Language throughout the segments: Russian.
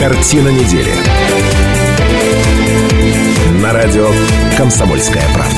Картина недели. На радио «Комсомольская правда».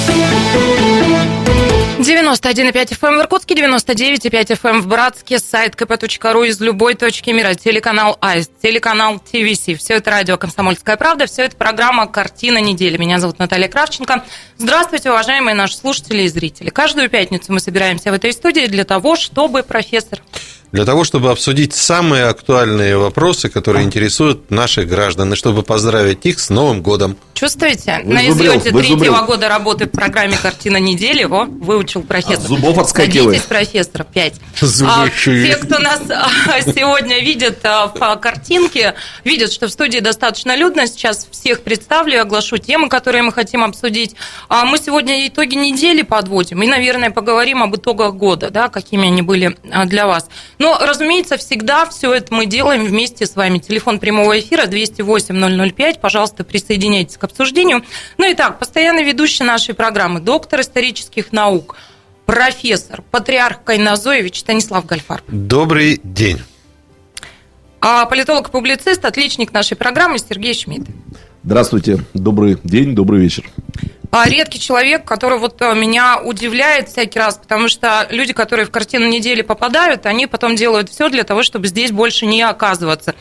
91,5 FM в Иркутске, 99,5 FM в Братске, сайт kp.ru из любой точки мира, телеканал АИС, телеканал ТВС. Все это радио «Комсомольская правда», все это программа «Картина недели». Меня зовут Наталья Кравченко. Здравствуйте, уважаемые наши слушатели и зрители. Каждую пятницу мы собираемся в этой студии для того, чтобы Для того, чтобы обсудить самые актуальные вопросы, которые интересуют наших граждан, и чтобы поздравить их с Новым годом. Чувствуете? На излете третьего года работы в программе «Картина недели» выучил профессор. Зубов отскакивает. Садитесь, профессор, 5. Те, кто нас сегодня видит в картинке, видят, что в студии достаточно людно. Сейчас всех представлю и оглашу темы, которые мы хотим обсудить. Мы сегодня итоги недели подводим и, наверное, поговорим об итогах года, да, какими они были для вас. Но, разумеется, всегда все это мы делаем вместе с вами. Телефон прямого эфира 208-005. Пожалуйста, присоединяйтесь к обсуждению. Ну, итак, постоянный ведущий нашей программы, доктор исторических наук, профессор, патриарх Кайназоевич Станислав Гальфарб. Добрый день. Политолог и публицист, отличник нашей программы Сергей Шмидт. Здравствуйте, добрый день, добрый вечер. Редкий человек, который вот меня удивляет всякий раз, потому что люди, которые в картину недели попадают, они потом делают все для того, чтобы здесь больше не оказываться.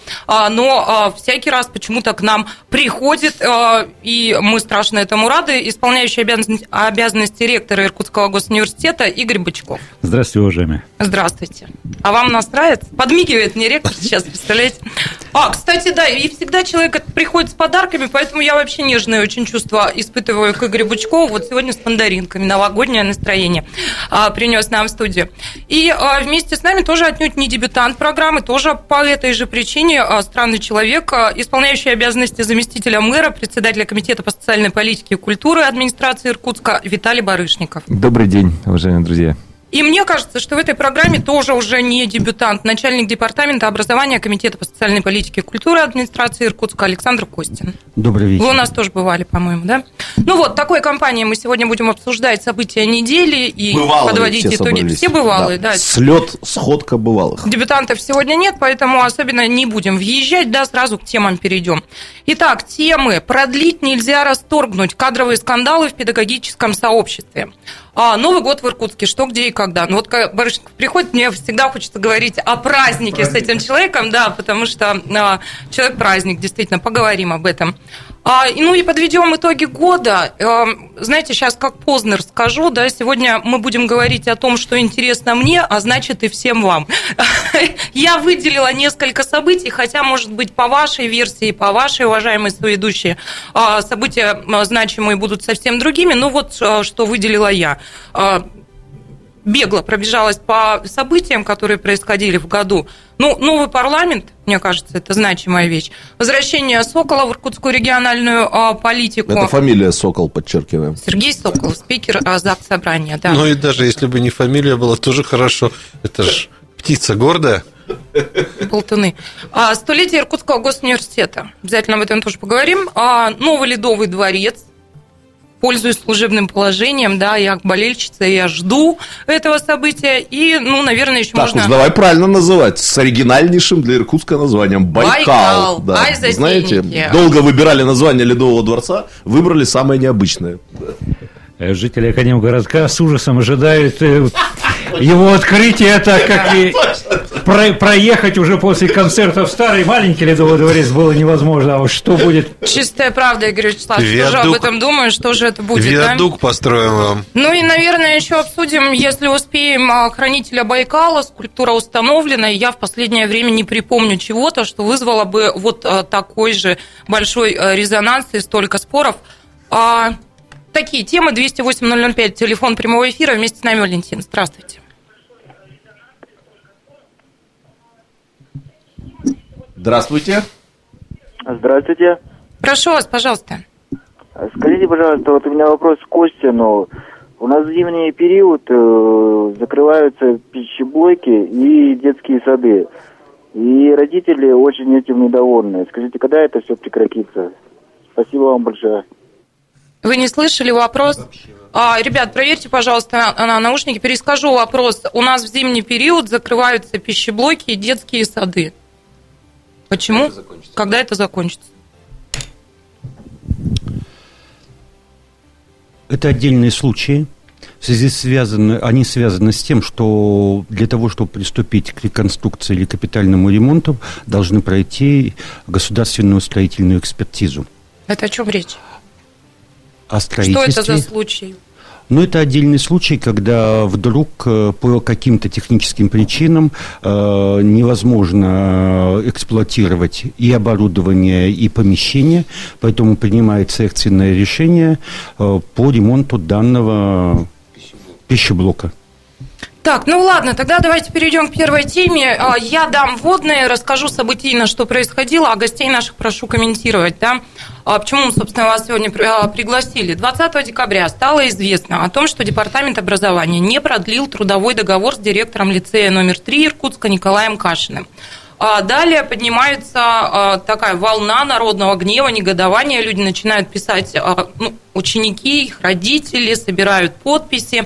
Но всякий раз почему-то к нам приходит, и мы страшно этому рады, исполняющий обязанности ректора Иркутского госуниверситета Игорь Бычков. Здравствуйте, уважаемые. Здравствуйте. А вам нас нравится? Подмигивает мне ректор сейчас, представляете? Кстати, да, и всегда человек приходит с подарками, поэтому я вообще нежное очень чувство испытываю к Игорю Бычкову. Вот сегодня с мандаринками, новогоднее настроение принес нам в студию. И вместе с нами тоже отнюдь не дебютант программы, тоже по этой же причине странный человек, исполняющий обязанности заместителя мэра, председателя комитета по социальной политике и культуре администрации Иркутска Виталий Барышников. Добрый день, уважаемые друзья. И мне кажется, что в этой программе тоже уже не дебютант, начальник департамента образования Комитета по социальной политике и культуре администрации Иркутска Александр Костин. Добрый вечер. Вы у нас тоже бывали, по-моему, да? Ну вот, такой компанией мы сегодня будем обсуждать события недели и подводить итоги. Собрались. Все бывалые, да. Слет, сходка бывалых. Дебютантов сегодня нет, поэтому особенно не будем въезжать, да, сразу к темам перейдем. Итак, темы. Продлить нельзя расторгнуть. Кадровые скандалы в педагогическом сообществе. Новый год в Иркутске. Что, где и когда. Ну вот когда Барышников приходит, мне всегда хочется говорить о празднике с этим человеком, да, потому что человек-праздник, действительно, поговорим об этом. Ну и подведем итоги года. Знаете, сейчас как Познер скажу, да, сегодня мы будем говорить о том, что интересно мне, а значит и всем вам. Я выделила несколько событий, хотя, может быть, по вашей версии, по вашей, уважаемые соведущие, события значимые будут совсем другими, но вот что выделила я. Бегло пробежалась по событиям, которые происходили в году. Ну, новый парламент, мне кажется, это значимая вещь. Возвращение Сокола в иркутскую региональную политику. Это фамилия Сокол, подчеркиваем. Сергей Сокол, спикер Заксобрания, да. Ну и даже если бы не фамилия была, тоже хорошо. Это ж птица гордая. Болтуны. Столетие Иркутского госуниверситета. Обязательно об этом тоже поговорим. Новый Ледовый дворец. Пользуюсь служебным положением, да, я болельщица, я жду этого события, и, ну, наверное, еще можно... Так уж давай правильно называть, с оригинальнейшим для Иркутска названием Байкал. Да. Знаете, долго выбирали название Ледового дворца, выбрали самое необычное. Жители Академгородка с ужасом ожидают его открытия, так как и проехать уже после концерта в старый маленький Ледовый дворец было невозможно. А вот что будет? Чистая правда, Игорь Вячеславович, тоже об этом думаю, что же это будет. Виадук, да? Построим вам. Ну и, наверное, еще обсудим, если успеем, хранителя Байкала. Скульптура установлена, и я в последнее время не припомню чего-то, что вызвало бы вот такой же большой резонанс и столько споров. Такие темы. 208-005, телефон прямого эфира. Вместе с нами Валентин. Здравствуйте. Здравствуйте. Здравствуйте. Прошу вас, пожалуйста. Скажите, пожалуйста, вот у меня вопрос к Костину. У нас в зимний период закрываются пищеблоки и детские сады. И родители очень этим недовольны. Скажите, когда это все прекратится? Спасибо вам большое. Вы не слышали вопрос? Ребят, проверьте, пожалуйста, на наушники. Перескажу вопрос. У нас в зимний период закрываются пищеблоки и детские сады. Почему? Когда это закончится? Это отдельные случаи. В связи они связаны с тем, что для того, чтобы приступить к реконструкции или капитальному ремонту, должны пройти государственную строительную экспертизу. Это о чем речь? О строительстве. Что это за случай? Ну, это отдельный случай, когда вдруг по каким-то техническим причинам невозможно эксплуатировать и оборудование, и помещение, поэтому принимается экстренное решение по ремонту данного пищеблока. Так, ну ладно, тогда давайте перейдем к первой теме. Я дам вводные, расскажу событийно, что происходило, а гостей наших прошу комментировать, да? Почему, собственно, вас сегодня пригласили? 20 декабря стало известно о том, что Департамент образования не продлил трудовой договор с директором лицея номер 3 Иркутска Николаем Кашиным. Далее поднимается такая волна народного гнева, негодования. Люди начинают писать, ученики, их родители собирают подписи.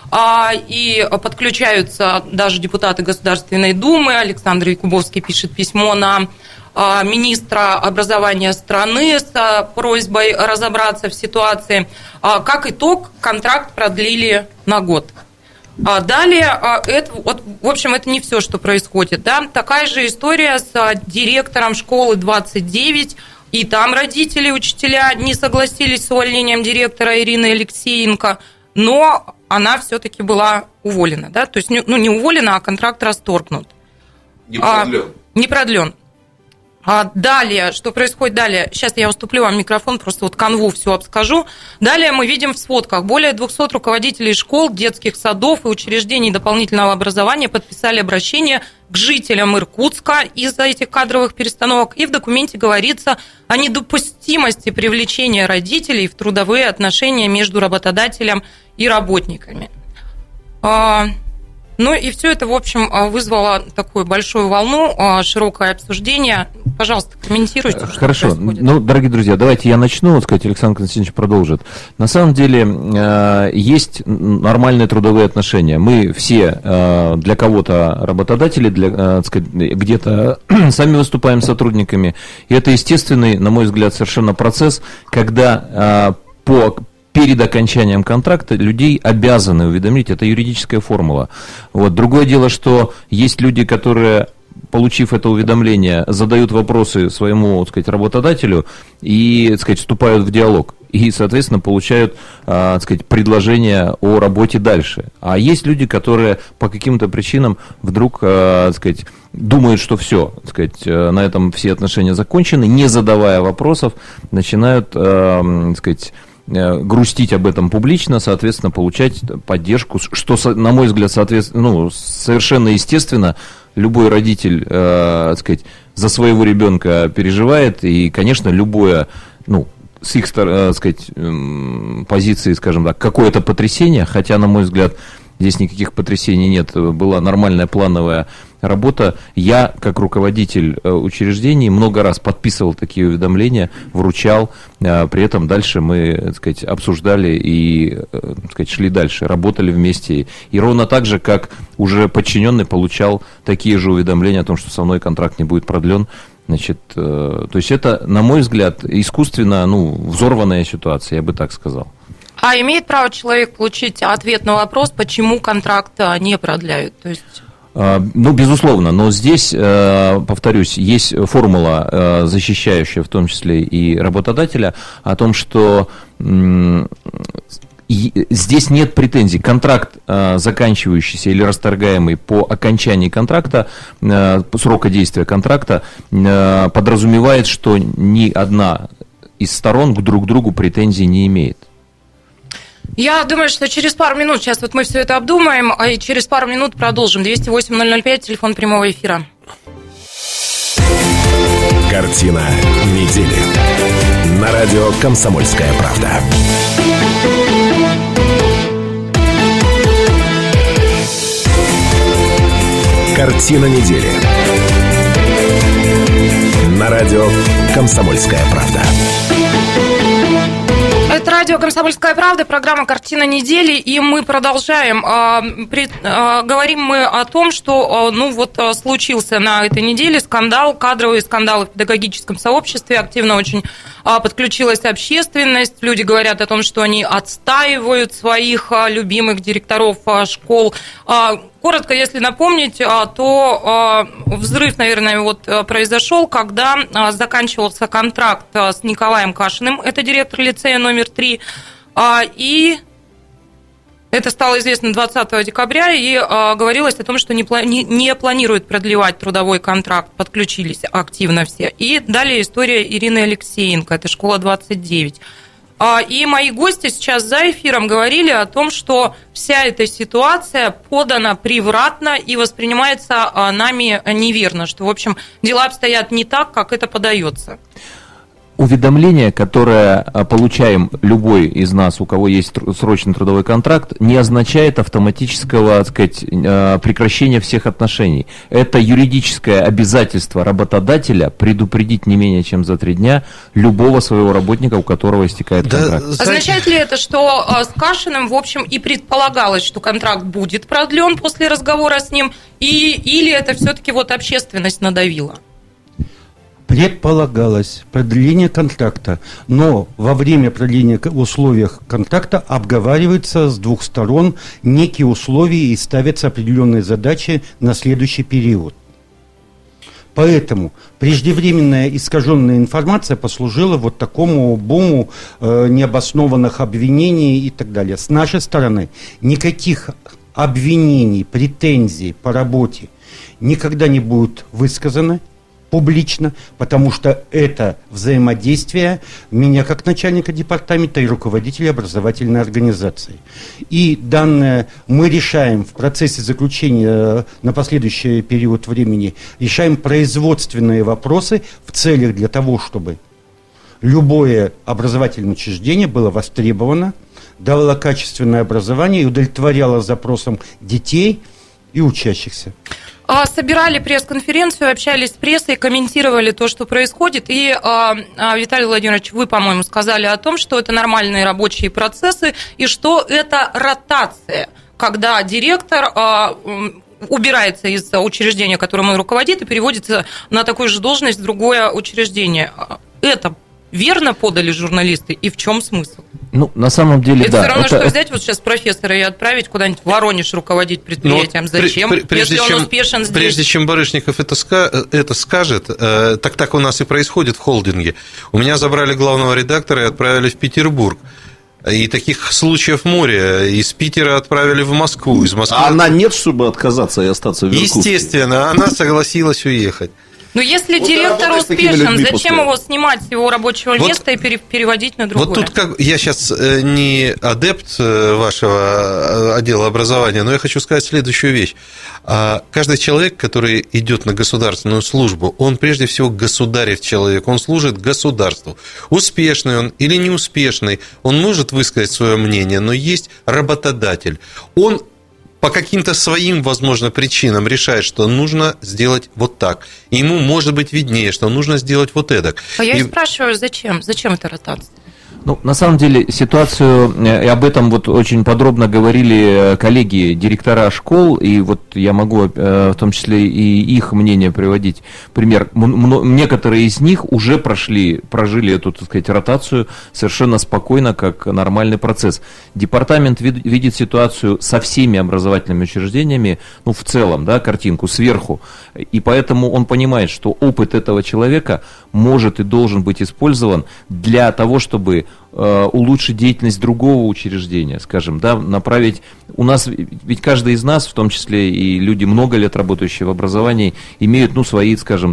И подключаются даже депутаты Государственной Думы. Александр Якубовский пишет письмо на министра образования страны с просьбой разобраться в ситуации. Как итог, контракт продлили на год. Далее, в общем, это не все, что происходит. Да? Такая же история с директором школы 29. И там родители, учителя не согласились с увольнением директора Ирины Алексеенко, но она все-таки была уволена, да, то есть, не уволена, а контракт расторгнут. Не продлен. Далее, что происходит далее? Сейчас я уступлю вам микрофон, просто вот канву все обскажу. Далее мы видим в сводках, более 200 руководителей школ, детских садов и учреждений дополнительного образования подписали обращение к жителям Иркутска из-за этих кадровых перестановок. И в документе говорится о недопустимости привлечения родителей в трудовые отношения между работодателем и работниками. Ну и все это, в общем, вызвало такую большую волну, широкое обсуждение. Пожалуйста, комментируйте. Хорошо. Ну, дорогие друзья, давайте я начну, вот сказать, Александр Константинович продолжит. На самом деле есть нормальные трудовые отношения. Мы все для кого-то работодатели, где-то сами выступаем сотрудниками. И это естественный, на мой взгляд, совершенно процесс, когда перед окончанием контракта людей обязаны уведомить, это юридическая формула. Вот. Другое дело, что есть люди, которые, получив это уведомление, задают вопросы своему, так сказать, работодателю и, так сказать, вступают в диалог. И, соответственно, получают, так сказать, предложение о работе дальше. А есть люди, которые по каким-то причинам вдруг, так сказать, думают, что все, так сказать, на этом все отношения закончены, не задавая вопросов, начинают, так сказать, грустить об этом публично, соответственно, получать поддержку, что, на мой взгляд, совершенно естественно. Любой родитель, так сказать, за своего ребенка переживает, и, конечно, любое, с их, так сказать, позиции, скажем так, какое-то потрясение, хотя, на мой взгляд, здесь никаких потрясений нет, была нормальная плановая работа. Я, как руководитель учреждений, много раз подписывал такие уведомления, вручал, при этом дальше мы, так сказать, обсуждали и, так сказать, шли дальше, работали вместе. И ровно так же, как уже подчиненный получал такие же уведомления о том, что со мной контракт не будет продлен. Значит, то есть это, на мой взгляд, искусственно, взорванная ситуация, я бы так сказал. А имеет право человек получить ответ на вопрос, почему контракт не продляют? То есть... безусловно, но здесь, повторюсь, есть формула, защищающая в том числе и работодателя, о том, что здесь нет претензий. Контракт, заканчивающийся или расторгаемый по окончании контракта, срока действия контракта, подразумевает, что ни одна из сторон друг к другу претензий не имеет. Я думаю, что через пару минут, сейчас вот мы все это обдумаем, и через пару минут продолжим. 208-005, телефон прямого эфира. Картина недели. На радио «Комсомольская правда». Картина недели. На радио «Комсомольская правда». Это радио Радио «Комсомольская правда», программа «Картина недели», и мы продолжаем. Говорим мы о том, что случился на этой неделе скандал, кадровые скандалы в педагогическом сообществе, активно очень подключилась общественность, люди говорят о том, что они отстаивают своих любимых директоров школ. Коротко, если напомнить, то взрыв, наверное, произошел, когда заканчивался контракт с Николаем Кашиным, это директор лицея номер 3, и это стало известно 20 декабря, и говорилось о том, что не планируют продлевать трудовой контракт, подключились активно все. И далее история Ирины Алексеенко, это школа 29. И мои гости сейчас за эфиром говорили о том, что вся эта ситуация подана превратно и воспринимается нами неверно, что, в общем, дела обстоят не так, как это подается. Уведомление, которое получаем любой из нас, у кого есть срочный трудовой контракт, не означает автоматического, так сказать, прекращения всех отношений. Это юридическое обязательство работодателя предупредить не менее чем за 3 дня любого своего работника, у которого истекает контракт. Означает ли это, что с Кашиным, в общем, и предполагалось, что контракт будет продлен после разговора с ним, или это все-таки общественность надавила? Предполагалось продление контракта, но во время продления условий контракта обговариваются с 2 сторон некие условия и ставятся определенные задачи на следующий период. Поэтому преждевременная искаженная информация послужила такому буму необоснованных обвинений и так далее. С нашей стороны никаких обвинений, претензий по работе никогда не будет высказано публично, потому что это взаимодействие меня как начальника департамента и руководителя образовательной организации. И данное мы решаем в процессе заключения на последующий период времени, решаем производственные вопросы в целях для того, чтобы любое образовательное учреждение было востребовано, давало качественное образование и удовлетворяло запросам детей и учащихся. Собирали пресс-конференцию, общались с прессой, комментировали то, что происходит. И, Виталий Владимирович, вы, по-моему, сказали о том, что это нормальные рабочие процессы и что это ротация, когда директор убирается из учреждения, которым он руководит, и переводится на такую же должность в другое учреждение. Это верно подали журналисты? И в чем смысл? На самом деле, это все равно, что взять сейчас профессора и отправить куда-нибудь в Воронеж руководить предприятием. Зачем? Если он успешен здесь. Прежде чем Барышников это скажет, так у нас и происходит в холдинге. У меня забрали главного редактора и отправили в Петербург. И таких случаев море. Из Питера отправили в Москву, из Москвы. А она нет, чтобы отказаться и остаться в Иркутске? Естественно, она согласилась уехать. Но если директор успешен, зачем его снимать с его рабочего места и переводить на другое? Я сейчас не адепт вашего отдела образования, но я хочу сказать следующую вещь. Каждый человек, который идет на государственную службу, он прежде всего государев человек, он служит государству. Успешный он или неуспешный, он может высказать свое мнение, но есть работодатель. Он по каким-то своим, возможно, причинам решает, что нужно сделать вот так. И ему, может быть, виднее, что нужно сделать вот эдак. Я и спрашиваю, зачем? Зачем эта ротация? На самом деле, ситуацию, и об этом очень подробно говорили коллеги, директора школ, и я могу в том числе и их мнение приводить. Пример, некоторые из них уже прожили эту, так сказать, ротацию совершенно спокойно, как нормальный процесс. Департамент видит ситуацию со всеми образовательными учреждениями, в целом, картинку сверху, и поэтому он понимает, что опыт этого человека может и должен быть использован для того, чтобы улучшить деятельность другого учреждения, скажем, направить. У нас, ведь каждый из нас, в том числе и люди, много лет работающие в образовании, имеют, свои, скажем,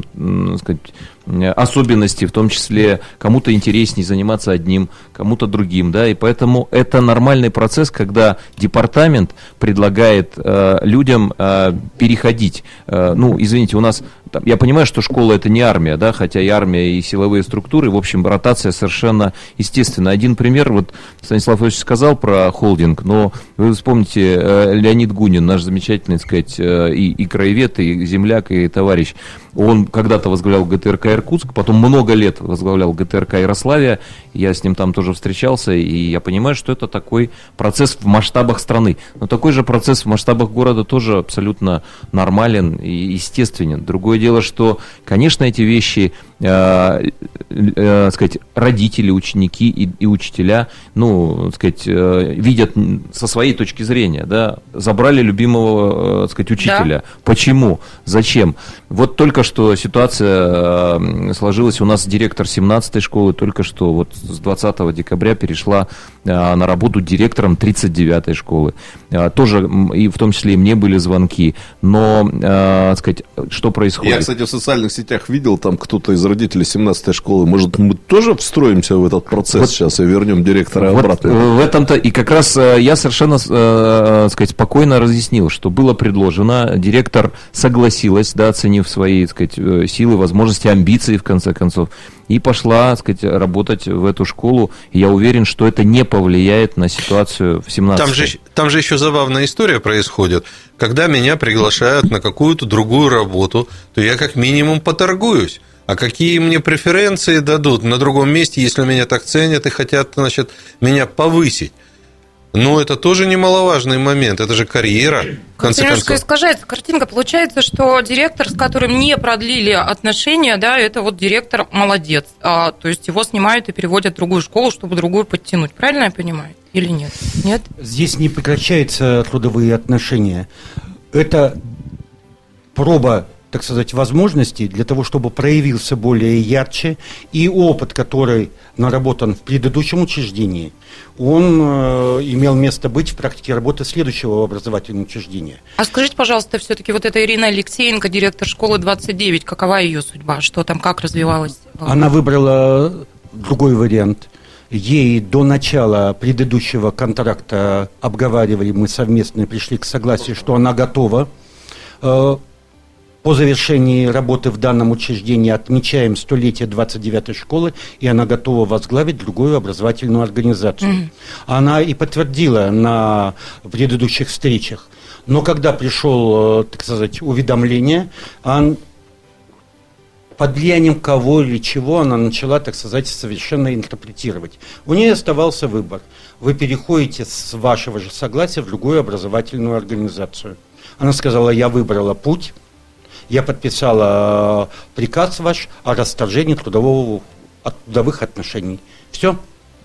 особенности, в том числе кому-то интереснее заниматься одним, кому-то другим, и поэтому это нормальный процесс, когда департамент предлагает людям переходить. Извините, у нас, я понимаю, что школа это не армия, хотя и армия, и силовые структуры, в общем, ротация совершенно естественна. Один пример, вот Станислав Ильич сказал про холдинг, но вы вспомните, Леонид Гунин, наш замечательный, так сказать, и краевед, и земляк, и товарищ. Он когда-то возглавлял ГТРК Иркутск, потом много лет возглавлял ГТРК Ярославия. Я с ним там тоже встречался, и я понимаю, что это такой процесс в масштабах страны. Но такой же процесс в масштабах города тоже абсолютно нормален и естественен. Другое дело, что, конечно, эти вещи, сказать, родители, ученики и учителя, сказать, видят со своей точки зрения, да, забрали любимого, сказать, учителя. Да. Почему? Зачем? Вот только что ситуация сложилась, у нас директор 17-й школы только что вот с 20 декабря перешла на работу директором 39-й школы. Тоже, и в том числе и мне были звонки, но, сказать, что происходит? Я, кстати, в социальных сетях видел, там кто-то из родителей 17-й школы, может, мы тоже встроимся в этот процесс вот, сейчас и вернем директора вот обратно? В этом-то, и как раз я совершенно, сказать, спокойно разъяснил, что было предложено, директор согласилась, да, оценив свои, сказать, силы, возможности, амбиции, в конце концов, и пошла, так сказать, работать в эту школу. Я уверен, что это не повлияет на ситуацию в 17-й. Там же еще забавная история происходит. Когда меня приглашают на какую-то другую работу, то я как минимум поторгуюсь. А какие мне преференции дадут на другом месте, если меня так ценят и хотят, значит, меня повысить? Но это тоже немаловажный момент, это же карьера, в конце концов. Немножко искажается картинка. Получается, что директор, с которым не продлили отношения, да, это вот директор молодец. То есть его снимают и переводят в другую школу, чтобы другую подтянуть. Правильно я понимаю? Или нет? Нет? Здесь не прекращаются трудовые отношения. Это проба, так сказать, возможностей для того, чтобы проявился более ярче, и опыт, который наработан в предыдущем учреждении, он имел место быть в практике работы следующего образовательного учреждения. А скажите, пожалуйста, все-таки вот эта Ирина Алексеенко, директор школы 29, какова ее судьба? Что там, как развивалось? Она выбрала другой вариант. Ей до начала предыдущего контракта обговаривали, мы совместно пришли к согласию, что она готова. По завершении работы в данном учреждении отмечаем 100-летие 29-й школы, и она готова возглавить другую образовательную организацию. Mm-hmm. Она и подтвердила на предыдущих встречах. Но когда пришел, так сказать, уведомление, под влиянием кого или чего она начала, так сказать, совершенно интерпретировать. У нее оставался выбор. Вы переходите с вашего же согласия в другую образовательную организацию. Она сказала, я выбрала путь. Я подписала приказ ваш о расторжении трудовых отношений. Все.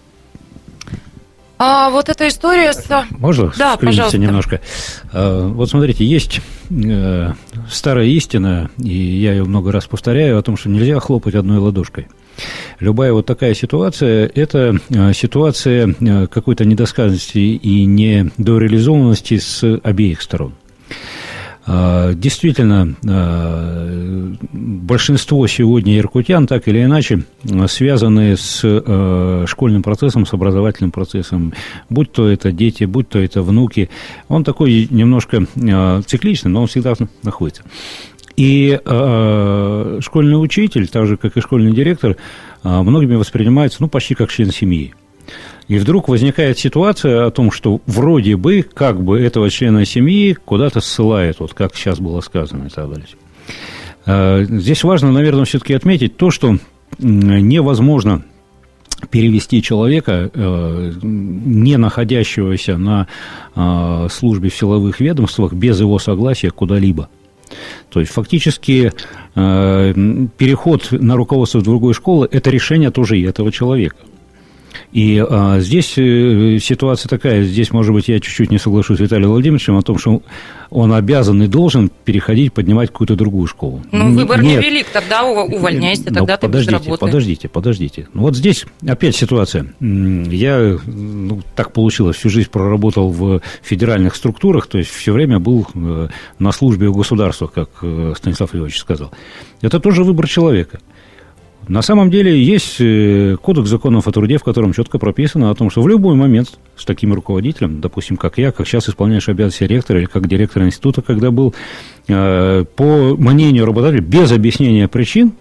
А вот эта история с... Можно да, пожалуйста. Немножко? Вот смотрите, есть старая истина, и я ее много раз повторяю, о том, что нельзя хлопать одной ладошкой. Любая вот такая ситуация – это ситуация какой-то недосказанности и недореализованности с обеих сторон. Действительно, большинство сегодня иркутян так или иначе связаны с школьным процессом, с образовательным процессом, будь то это дети, будь то это внуки. Он такой немножко цикличный, но он всегда находится. И школьный учитель, так же, как и школьный директор, многими воспринимается почти как член семьи. И вдруг возникает ситуация о том, что вроде бы, как бы этого члена семьи куда-то ссылает, вот как сейчас было сказано и так далее. Здесь важно, наверное, все-таки отметить то, что невозможно перевести человека, не находящегося на службе в силовых ведомствах, без его согласия куда-либо. То есть, фактически, переход на руководство в другой школы – это решение тоже и этого человека. И здесь ситуация такая, здесь, может быть, я чуть-чуть не соглашусь с Виталием Владимировичем о том, что он обязан и должен переходить, поднимать какую-то другую школу. Ну, выбор невелик, тогда увольняйся, тогда ты без работы. Подождите. Вот здесь опять ситуация. Я, так получилось, всю жизнь проработал в федеральных структурах, то есть все время был на службе у государства, как Станислав Львович сказал. Это тоже выбор человека. На самом деле есть кодекс законов о труде, в котором четко прописано о том, что в любой момент с таким руководителем, допустим, как я, как сейчас исполняешь обязанности ректора или как директор института, когда был, по мнению работодателя, без объяснения причин,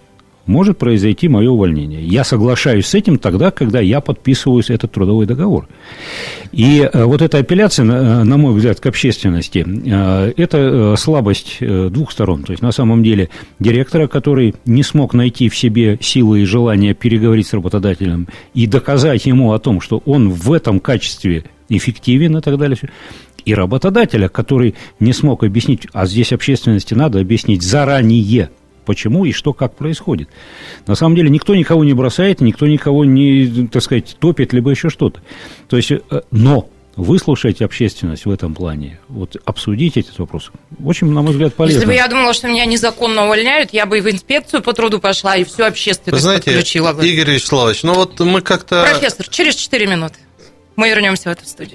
может произойти мое увольнение. Я соглашаюсь с этим тогда, когда я подписываю этот трудовой договор. И вот эта апелляция, на мой взгляд, к общественности, это слабость двух сторон. То есть, на самом деле, директора, который не смог найти в себе силы и желания переговорить с работодателем и доказать ему о том, что он в этом качестве эффективен и так далее, и работодателя, который не смог объяснить, а здесь общественности надо объяснить заранее, почему и что, как происходит. На самом деле никто никого не бросает, никто никого не, так сказать, топит, либо еще что-то. То есть, но выслушать общественность в этом плане, вот обсудить этот вопрос, очень, на мой взгляд, полезно. Если бы я думала, что меня незаконно увольняют, я бы и в инспекцию по труду пошла, и всю общественность подключила бы. Игорь Вячеславович, ну вот мы как-то... Профессор, через 4 минуты мы вернемся в эту студию.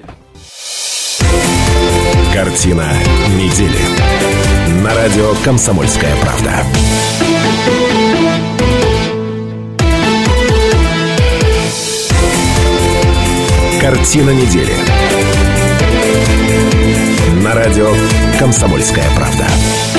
Картина недели. На радио «Комсомольская правда». Картина недели. На радио «Комсомольская правда».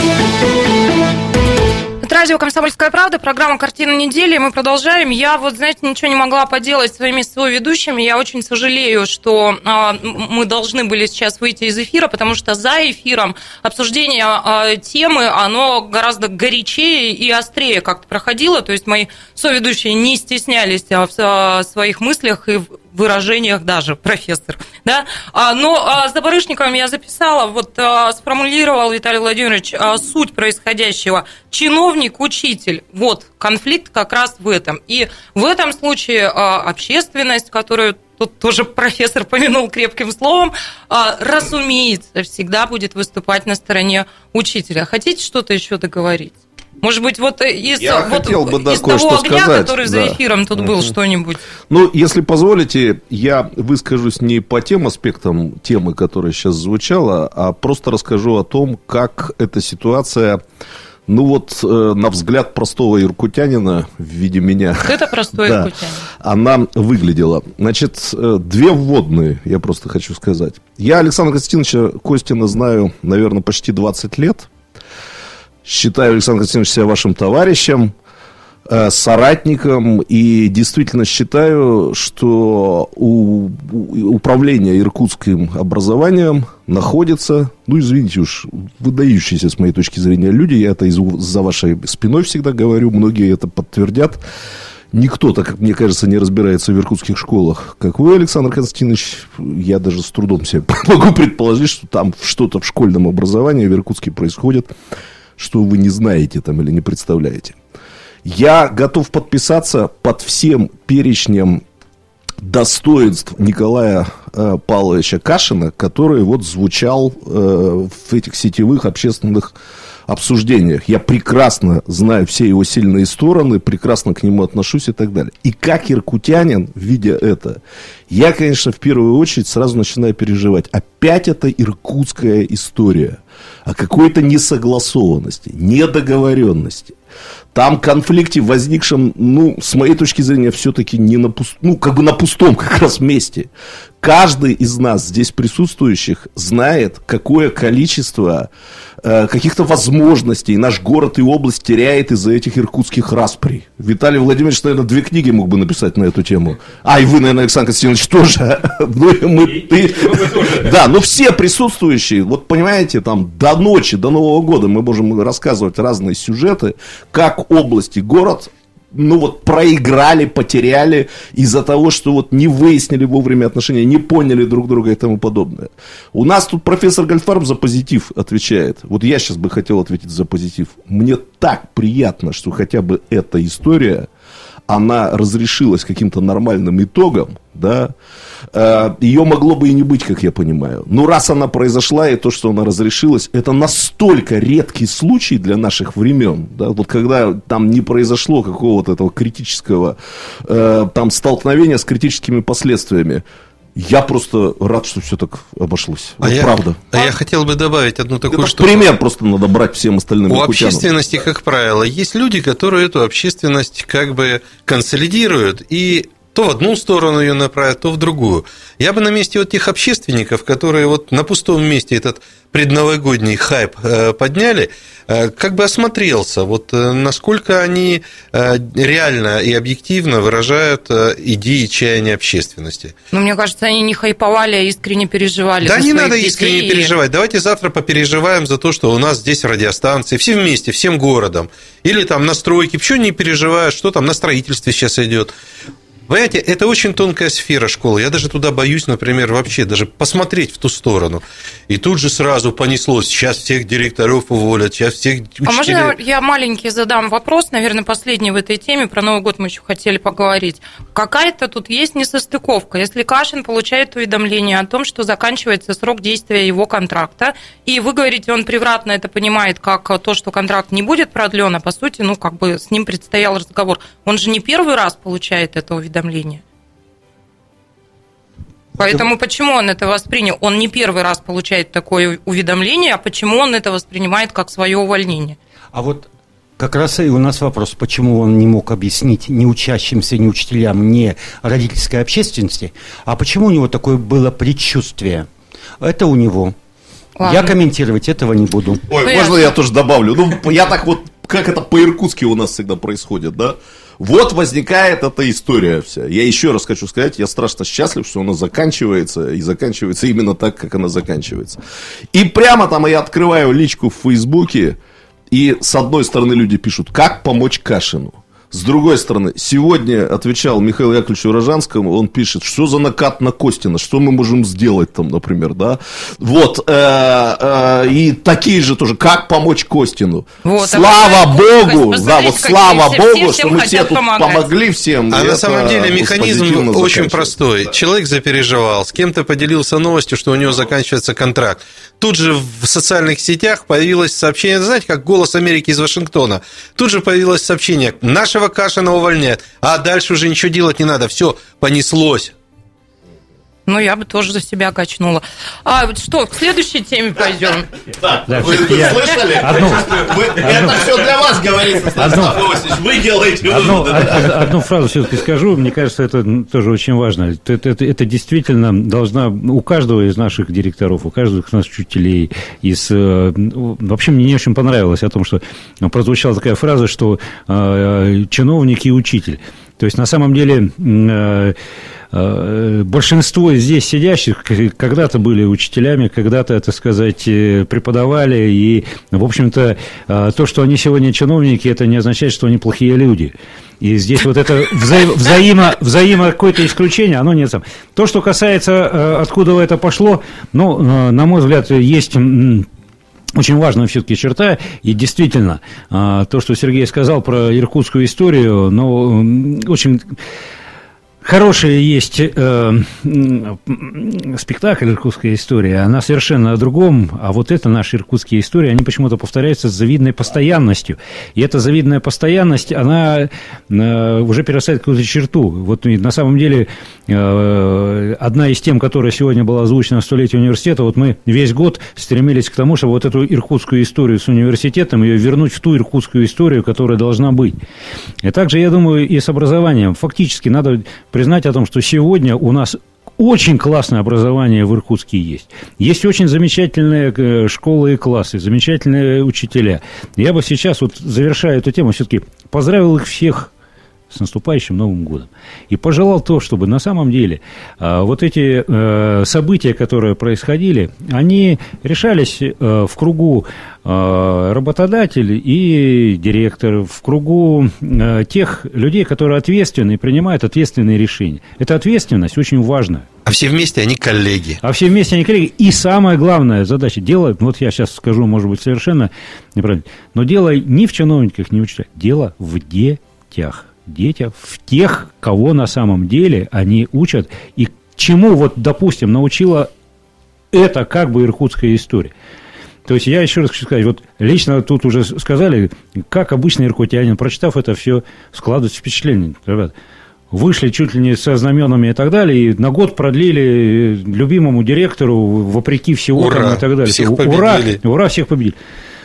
Это радио «Комсомольская правда», программа «Картина недели». Мы продолжаем. Я вот, знаете, ничего не могла поделать своими соведущими. Я очень сожалею, что мы должны были сейчас выйти из эфира, потому что за эфиром обсуждение темы, оно гораздо горячее и острее как-то проходило. То есть мои соведущие не стеснялись в своих мыслях и выражениях даже, профессор. Да? Но за Барышниковым я записала, вот сформулировал Виталий Владимирович суть происходящего. Чиновник, учитель. Вот, конфликт как раз в этом. И в этом случае общественность, которую тут тоже профессор помянул крепким словом, разумеется, всегда будет выступать на стороне учителя. Хотите что-то еще договорить? Может быть, вот из того огня, сказать, который за эфиром тут был, что-нибудь? Ну, если позволите, я выскажусь не по тем аспектам темы, которая сейчас звучала, а просто расскажу о том, как эта ситуация, ну вот, на взгляд простого иркутянина в виде меня... Это простой иркутянин. Она выглядела. Значит, две вводные, я просто хочу сказать. Я Александра Константиновича Костина знаю, наверное, почти 20 лет. Считаю Александра Константиновича себя вашим товарищем, соратником, и действительно считаю, что у управления иркутским образованием находятся, ну, извините уж, выдающиеся с моей точки зрения люди, я это за вашей спиной всегда говорю, многие это подтвердят. Никто, так как мне кажется, не разбирается в иркутских школах, как вы, Александр Константинович. Я даже с трудом себе могу предположить, что там что-то в школьном образовании в Иркутске происходит, что вы не знаете там или не представляете. Я готов подписаться под всем перечнем достоинств Николая Павловича Кашина, который вот звучал в этих сетевых общественных обсуждениях. Я прекрасно знаю все его сильные стороны, прекрасно к нему отношусь и так далее. И как иркутянин, видя это, я, конечно, в первую очередь сразу начинаю переживать. Опять это иркутская история о какой-то несогласованности, недоговоренности. Там конфликте, возникшем, ну, с моей точки зрения, все-таки не на на пустом как раз месте. Каждый из нас здесь присутствующих знает, какое количество каких-то возможностей наш город и область теряет из-за этих иркутских расприй. Виталий Владимирович, наверное, 2 книги мог бы написать на эту тему. А, и вы, наверное, Александр Константинович, тоже. Да, но все присутствующие, вот понимаете, там до ночи, до Нового года мы можем рассказывать разные сюжеты, как область и город, ну вот, проиграли, потеряли из-за того, что вот не выяснили вовремя отношения, не поняли друг друга и тому подобное. У нас тут профессор Гольфарб за позитив отвечает. Вот я сейчас бы хотел ответить за позитив. Мне так приятно, что хотя бы эта история, она разрешилась каким-то нормальным итогом, да, ее могло бы и не быть, как я понимаю. Но раз она произошла, и то, что она разрешилась, это настолько редкий случай для наших времен, да, вот когда там не произошло какого-то этого критического там столкновения с критическими последствиями. Я просто рад, что все так обошлось. Вот правда. Я хотел бы добавить одну такую штуку. Пример просто надо брать всем остальным. У общественности, как правило, есть люди, которые эту общественность как бы консолидируют и то в одну сторону ее направят, то в другую. Я бы на месте вот тех общественников, которые вот на пустом месте этот предновогодний хайп подняли, как бы осмотрелся, вот насколько они реально и объективно выражают идеи и чаяния общественности. Ну, мне кажется, они не хайповали, а искренне переживали. Да, за не своих надо детей. искренне переживать. Давайте завтра попереживаем за то, что у нас здесь радиостанции, все вместе, всем городом. Или там на стройке, почему не переживают, что там на строительстве сейчас идет. Понимаете, это очень тонкая сфера школы. Я даже туда боюсь, например, вообще даже посмотреть в ту сторону. И тут же сразу понеслось. Сейчас всех директоров уволят, сейчас всех учителей. А можно я маленький задам вопрос, наверное, последний в этой теме, про Новый год мы еще хотели поговорить. Какая-то тут есть несостыковка. Если Кашин получает уведомление о том, что заканчивается срок действия его контракта, и вы говорите, он превратно это понимает как то, что контракт не будет продлен, а по сути, ну, как бы с ним предстоял разговор. Он же не первый раз получает это уведомление. Поэтому почему он это воспринял? Он не первый раз получает такое уведомление, а почему он это воспринимает как свое увольнение? А вот как раз и у нас вопрос, почему он не мог объяснить ни учащимся, ни учителям, ни родительской общественности, а почему у него такое было предчувствие? Это у него. Ладно. Я комментировать этого не буду. Ой, можно я тоже добавлю? Ну, я так вот, как это по-иркутски у нас всегда происходит, да? Вот возникает эта история вся. Я еще раз хочу сказать, я страшно счастлив, что она заканчивается, и заканчивается именно так, как она заканчивается. И прямо там я открываю личку в Фейсбуке, и с одной стороны люди пишут, как помочь Кашину. С другой стороны, сегодня отвечал Михаилу Яковлевичу Рожанскому, он пишет, что за накат на Костина, что мы можем сделать там, например, да, вот, и такие же тоже, как помочь Костину. Вот, слава Богу, да, вот слава Богу, что мы все тут помогли всем. А на самом деле механизм очень простой. Человек запереживал, с кем-то поделился новостью, что у него заканчивается контракт. Тут же в социальных сетях появилось сообщение, знаете, как «Голос Америки» из Вашингтона. Тут же появилось сообщение, нашего Кашина увольняют, а дальше уже ничего делать не надо, все, понеслось. Ну, я бы тоже за себя качнула. А что, к следующей теме пойдем? Да, вы слышали? Это все для вас говорится, вы делаете выводы. Одну фразу все-таки скажу, мне кажется, это тоже очень важно. Это действительно должна у каждого из наших директоров, у каждого из наших учителей, вообще мне не очень понравилось о том, что прозвучала такая фраза, что чиновник и учитель. То есть, на самом деле, большинство здесь сидящих когда-то были учителями, когда-то, так сказать, преподавали, и, в общем-то, то, что они сегодня чиновники, это не означает, что они плохие люди. И здесь вот это взаимо какое-то исключение, оно нет. То, что касается, откуда это пошло, ну, на мой взгляд, есть очень важная все-таки черта, и действительно, то, что Сергей сказал про иркутскую историю, ну, очень хороший есть спектакль «Иркутская история», она совершенно о другом, а вот это наши иркутские истории, они почему-то повторяются с завидной постоянностью. И эта завидная постоянность, она уже перерастает какую-то черту. Вот на самом деле одна из тем, которая сегодня была озвучена в 100-летие университета, вот мы весь год стремились к тому, чтобы вот эту иркутскую историю с университетом, ее вернуть в ту иркутскую историю, которая должна быть. И также, я думаю, и с образованием. Фактически надо признать о том, что сегодня у нас очень классное образование в Иркутске есть. Есть очень замечательные школы и классы, замечательные учителя. Я бы сейчас, вот завершая эту тему, все-таки поздравил их всех с наступающим Новым годом. И пожелал то, чтобы на самом деле вот эти события, которые происходили, они решались в кругу работодатель и директор, в кругу тех людей, которые ответственны и принимают ответственные решения. Эта ответственность очень важна. А все вместе они коллеги. И самая главная задача дело, вот я сейчас скажу, может быть, совершенно неправильно, но дело не в чиновниках, не в учителях, дело в детях. В тех, кого на самом деле они учат, и чему, вот, допустим, научила это как бы иркутская история. То есть я еще раз хочу сказать, вот лично тут уже сказали, как обычный иркутянин, прочитав это все, складывается впечатление. Ребят, вышли чуть ли не со знаменами и так далее, и на год продлили любимому директору, вопреки всего, ура, там, и так далее. Всех победили. Ура, всех победили.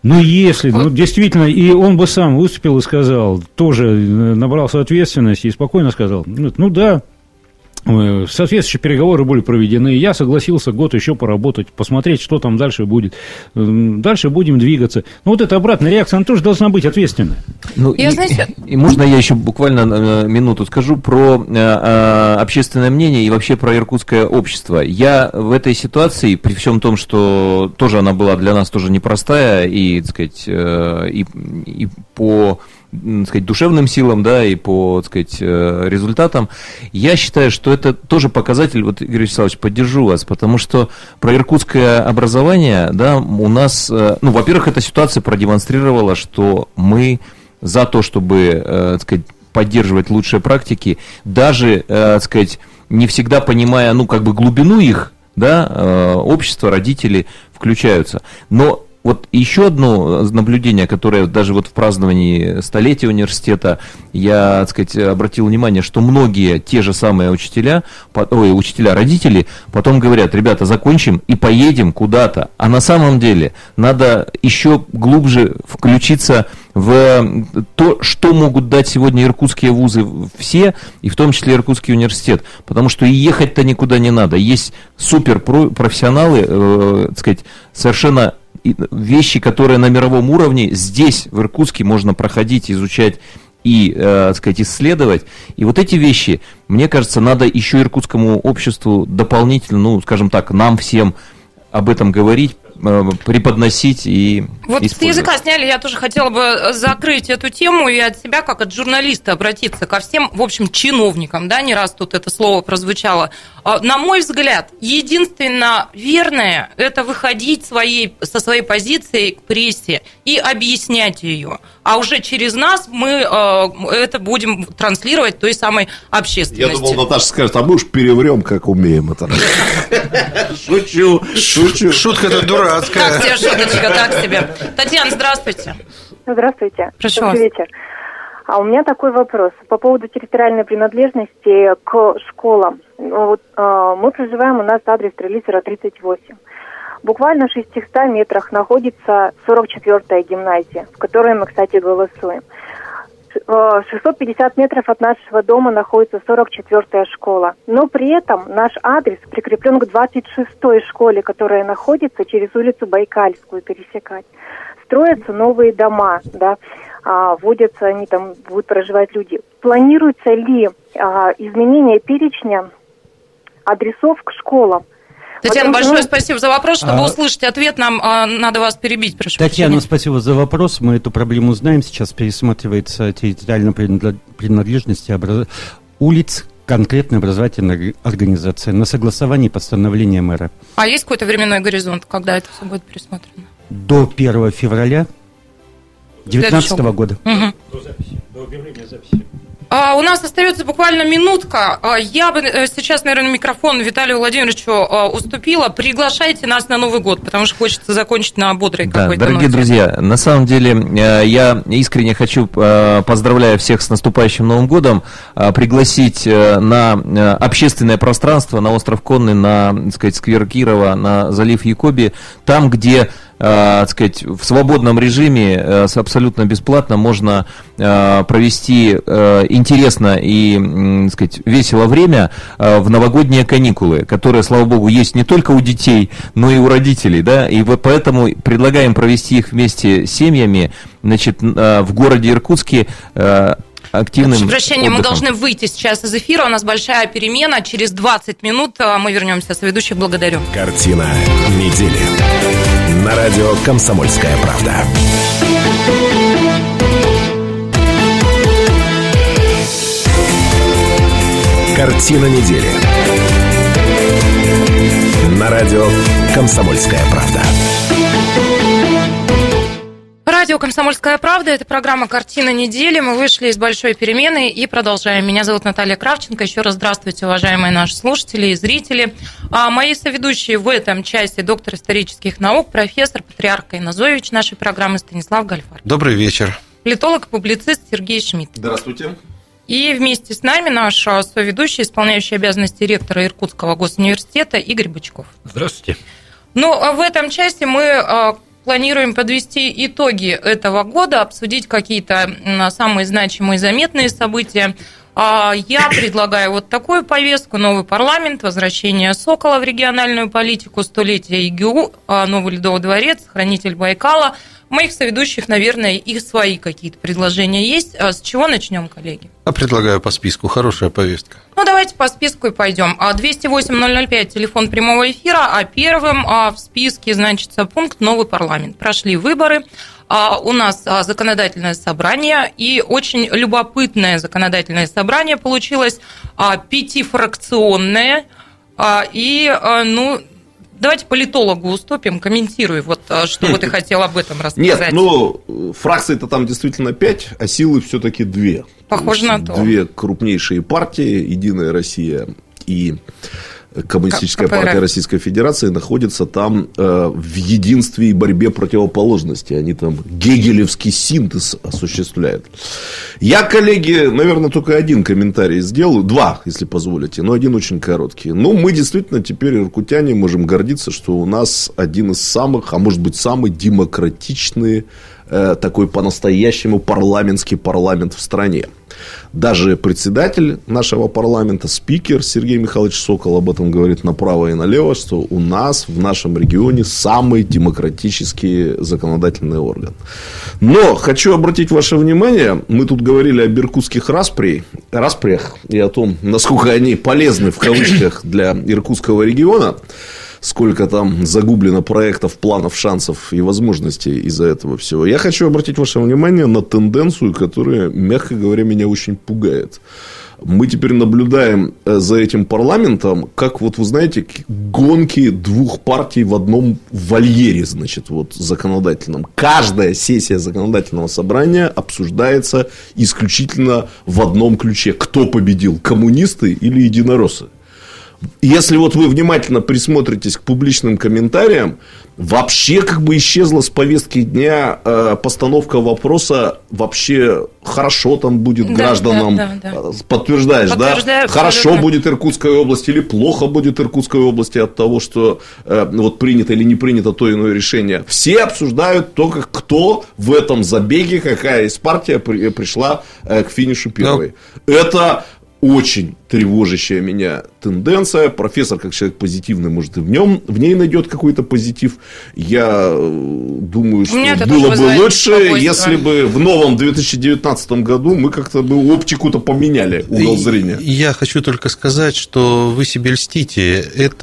Ну, если, действительно, и он бы сам выступил и сказал, тоже набрался ответственности и спокойно сказал, ну да, соответствующие переговоры были проведены, я согласился год еще поработать, посмотреть, что там дальше будет. Дальше будем двигаться. Но вот эта обратная реакция, она тоже должна быть ответственная. Ну, и можно я еще буквально минуту скажу про общественное мнение и вообще про иркутское общество. Я в этой ситуации, при всем том, что тоже она была для нас тоже непростая, и, так сказать, и по, так сказать, душевным силам, да, и по, так сказать, результатам, я считаю, что это тоже показатель, вот, Игорь Вячеславович, поддержу вас, потому что про иркутское образование, да, у нас, ну, во-первых, эта ситуация продемонстрировала, что мы за то, чтобы, так сказать, поддерживать лучшие практики, даже, так сказать, не всегда понимая, ну, как бы глубину их, да, общество, родители включаются, но вот еще одно наблюдение, которое даже вот в праздновании столетия университета я, так сказать, обратил внимание, что многие те же самые учителя, родители, потом говорят, ребята, закончим и поедем куда-то. А на самом деле надо еще глубже включиться в то, что могут дать сегодня иркутские вузы все, и в том числе Иркутский университет. Потому что и ехать-то никуда не надо. Есть суперпрофессионалы, так сказать, совершенно вещи, которые на мировом уровне здесь, в Иркутске, можно проходить, изучать и, так сказать, исследовать. И вот эти вещи, мне кажется, надо еще иркутскому обществу дополнительно, ну, скажем так, нам всем об этом говорить, преподносить и вот с языка сняли, я тоже хотела бы закрыть эту тему и от себя, как от журналиста, обратиться ко всем, в общем, чиновникам, да, не раз тут это слово прозвучало. На мой взгляд, единственно верное – это выходить со своей позиции к прессе и объяснять ее. А уже через нас мы это будем транслировать той самой общественности. Я думал, Наташа скажет, а мы уж переврем, как умеем это. Шучу. Шутка-то дурацкая. Так себе шуточка, так себе. Татьяна, здравствуйте. Здравствуйте. Прошу Добрый вечер. А у меня такой вопрос по поводу территориальной принадлежности к школам. Вот, мы проживаем, у нас адрес Стрелицера, 38. Буквально в 600 метрах находится 44-я гимназия, в которой мы, кстати, голосуем. 650 метров от нашего дома находится 44-я школа. Но при этом наш адрес прикреплен к 26-й школе, которая находится через улицу Байкальскую, пересекать. Строятся новые дома, да, вводятся, они там будут проживать люди. Планируется ли изменение перечня адресов к школам? Татьяна, большое спасибо за вопрос. Чтобы услышать ответ, нам надо вас перебить. Прошу Татьяна, прощения. спасибо за вопрос. Мы эту проблему знаем. Сейчас пересматривается территориальная принадлежность улиц конкретной образовательной организации на согласовании постановления мэра. А есть какой-то временной горизонт, когда это все будет пересмотрено? До 1 февраля 2019 года. Угу. До объявления записи. У нас остается буквально минутка. Я бы сейчас, наверное, микрофон Виталию Владимировичу уступила. Приглашайте нас на Новый год, потому что хочется закончить на бодрой какой-то дорогие ноте. друзья, на самом деле я искренне хочу, поздравляя всех с наступающим Новым годом, пригласить на общественное пространство, на остров Конный, на, так сказать, сквер Кирова, на залив Якоби, там, где, так сказать, в свободном режиме абсолютно бесплатно можно провести интересно и, так сказать, весело время в новогодние каникулы, которые, слава богу, есть не только у детей, но и у родителей, да, и вот поэтому предлагаем провести их вместе с семьями, значит, в городе Иркутске активным Прошу прощения, мы отдыхом. должны выйти сейчас из эфира, у нас большая перемена, через 20 минут мы вернемся. Соведущих благодарю. Картина недели. На радио «Комсомольская правда». Картина недели. На радио «Комсомольская правда». Радио «Комсомольская правда» – это программа «Картина недели». Мы вышли из большой перемены и продолжаем. Меня зовут Наталья Кравченко. Еще раз здравствуйте, уважаемые наши слушатели и зрители. Мои соведущие в этом часе – доктор исторических наук, профессор, патриарх Кайназович нашей программы Станислав Гальфар. Добрый вечер. Политолог и публицист Сергей Шмидт. Здравствуйте. И вместе с нами наш соведущий, исполняющий обязанности ректора Иркутского госуниверситета Игорь Бычков. Здравствуйте. Ну, в этом части мы планируем подвести итоги этого года, обсудить какие-то самые значимые и заметные события. Я предлагаю вот такую повестку: новый парламент, возвращение Сокола в региональную политику, столетие ИГУ, новый Ледовый дворец, хранитель Байкала. У моих соведущих, наверное, их свои какие-то предложения есть. С чего начнем, коллеги? Предлагаю по списку. Хорошая повестка. Давайте по списку и пойдем. 208-005, телефон прямого эфира, а первым в списке значится пункт «Новый парламент». Прошли выборы, у нас законодательное собрание, и очень любопытное законодательное собрание получилось, 5-фракционное, и, давайте политологу уступим, комментируй, вот что бы ты хотел об этом рассказать. Нет, фракций-то там действительно 5, а силы все-таки 2. Похоже на то. 2 крупнейшие партии, «Единая Россия» и Коммунистическая партия Российской Федерации, находятся там в единстве и борьбе противоположностей. Они там гегелевский синтез осуществляют. Я, коллеги, наверное, только один комментарий сделаю. 2, если позволите, но один очень короткий. Мы действительно теперь, иркутяне, можем гордиться, что у нас один из самых, а может быть, самый демократичный, такой по-настоящему парламентский парламент в стране. Даже председатель нашего парламента, спикер Сергей Михайлович Сокол об этом говорит направо и налево, что у нас в нашем регионе самый демократический законодательный орган. Но хочу обратить ваше внимание, мы тут говорили об иркутских распрях и о том, насколько они полезны в кавычках для иркутского региона. Сколько там загублено проектов, планов, шансов и возможностей из-за этого всего. Я хочу обратить ваше внимание на тенденцию, которая, мягко говоря, меня очень пугает. Мы теперь наблюдаем за этим парламентом, как, вот вы знаете, гонки 2 партий в одном вольере, значит, вот законодательном. Каждая сессия законодательного собрания обсуждается исключительно в одном ключе. Кто победил, коммунисты или единороссы? Если вот вы внимательно присмотритесь к публичным комментариям, вообще как бы исчезла с повестки дня постановка вопроса, вообще хорошо там будет гражданам, подтверждаешь, да? Хорошо будет Иркутская область или плохо будет Иркутской области от того, что вот принято или не принято то иное решение. Все обсуждают только, кто в этом забеге, какая из партий пришла к финишу первой. Это очень тревожащая меня тенденция. Профессор, как человек позитивный, может, и в ней найдет какой-то позитив. Я думаю, что было бы лучше, если бы в новом 2019 году мы как-то бы оптику-то поменяли, угол зрения. Я хочу только сказать, что вы себе льстите.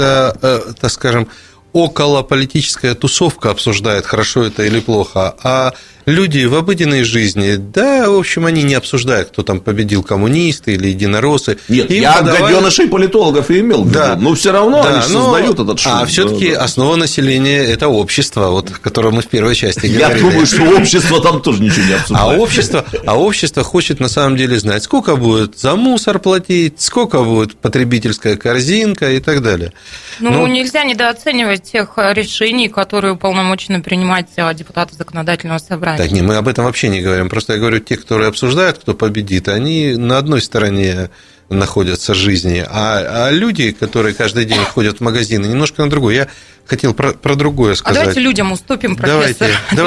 Это, так скажем, околополитическая тусовка обсуждает, хорошо это или плохо, а люди в обыденной жизни, да, в общем, они не обсуждают, кто там победил, коммунисты или единороссы. Нет, я гаденышей политологов и имел в виду, но все равно они создают этот шум. А все-таки основа населения – это общество, вот, о котором мы в первой части говорили. Я думаю, что общество там тоже ничего не обсуждает. А общество хочет на самом деле знать, сколько будет за мусор платить, сколько будет потребительская корзинка и так далее. Нельзя недооценивать тех решений, которые уполномочены принимать депутаты законодательного собрания. Так, мы об этом вообще не говорим. Просто я говорю, те, которые обсуждают, кто победит, они на одной стороне находятся жизни, а люди, которые каждый день ходят в магазины, немножко на другой. Я хотел про другое сказать. Давайте людям уступим, профессор.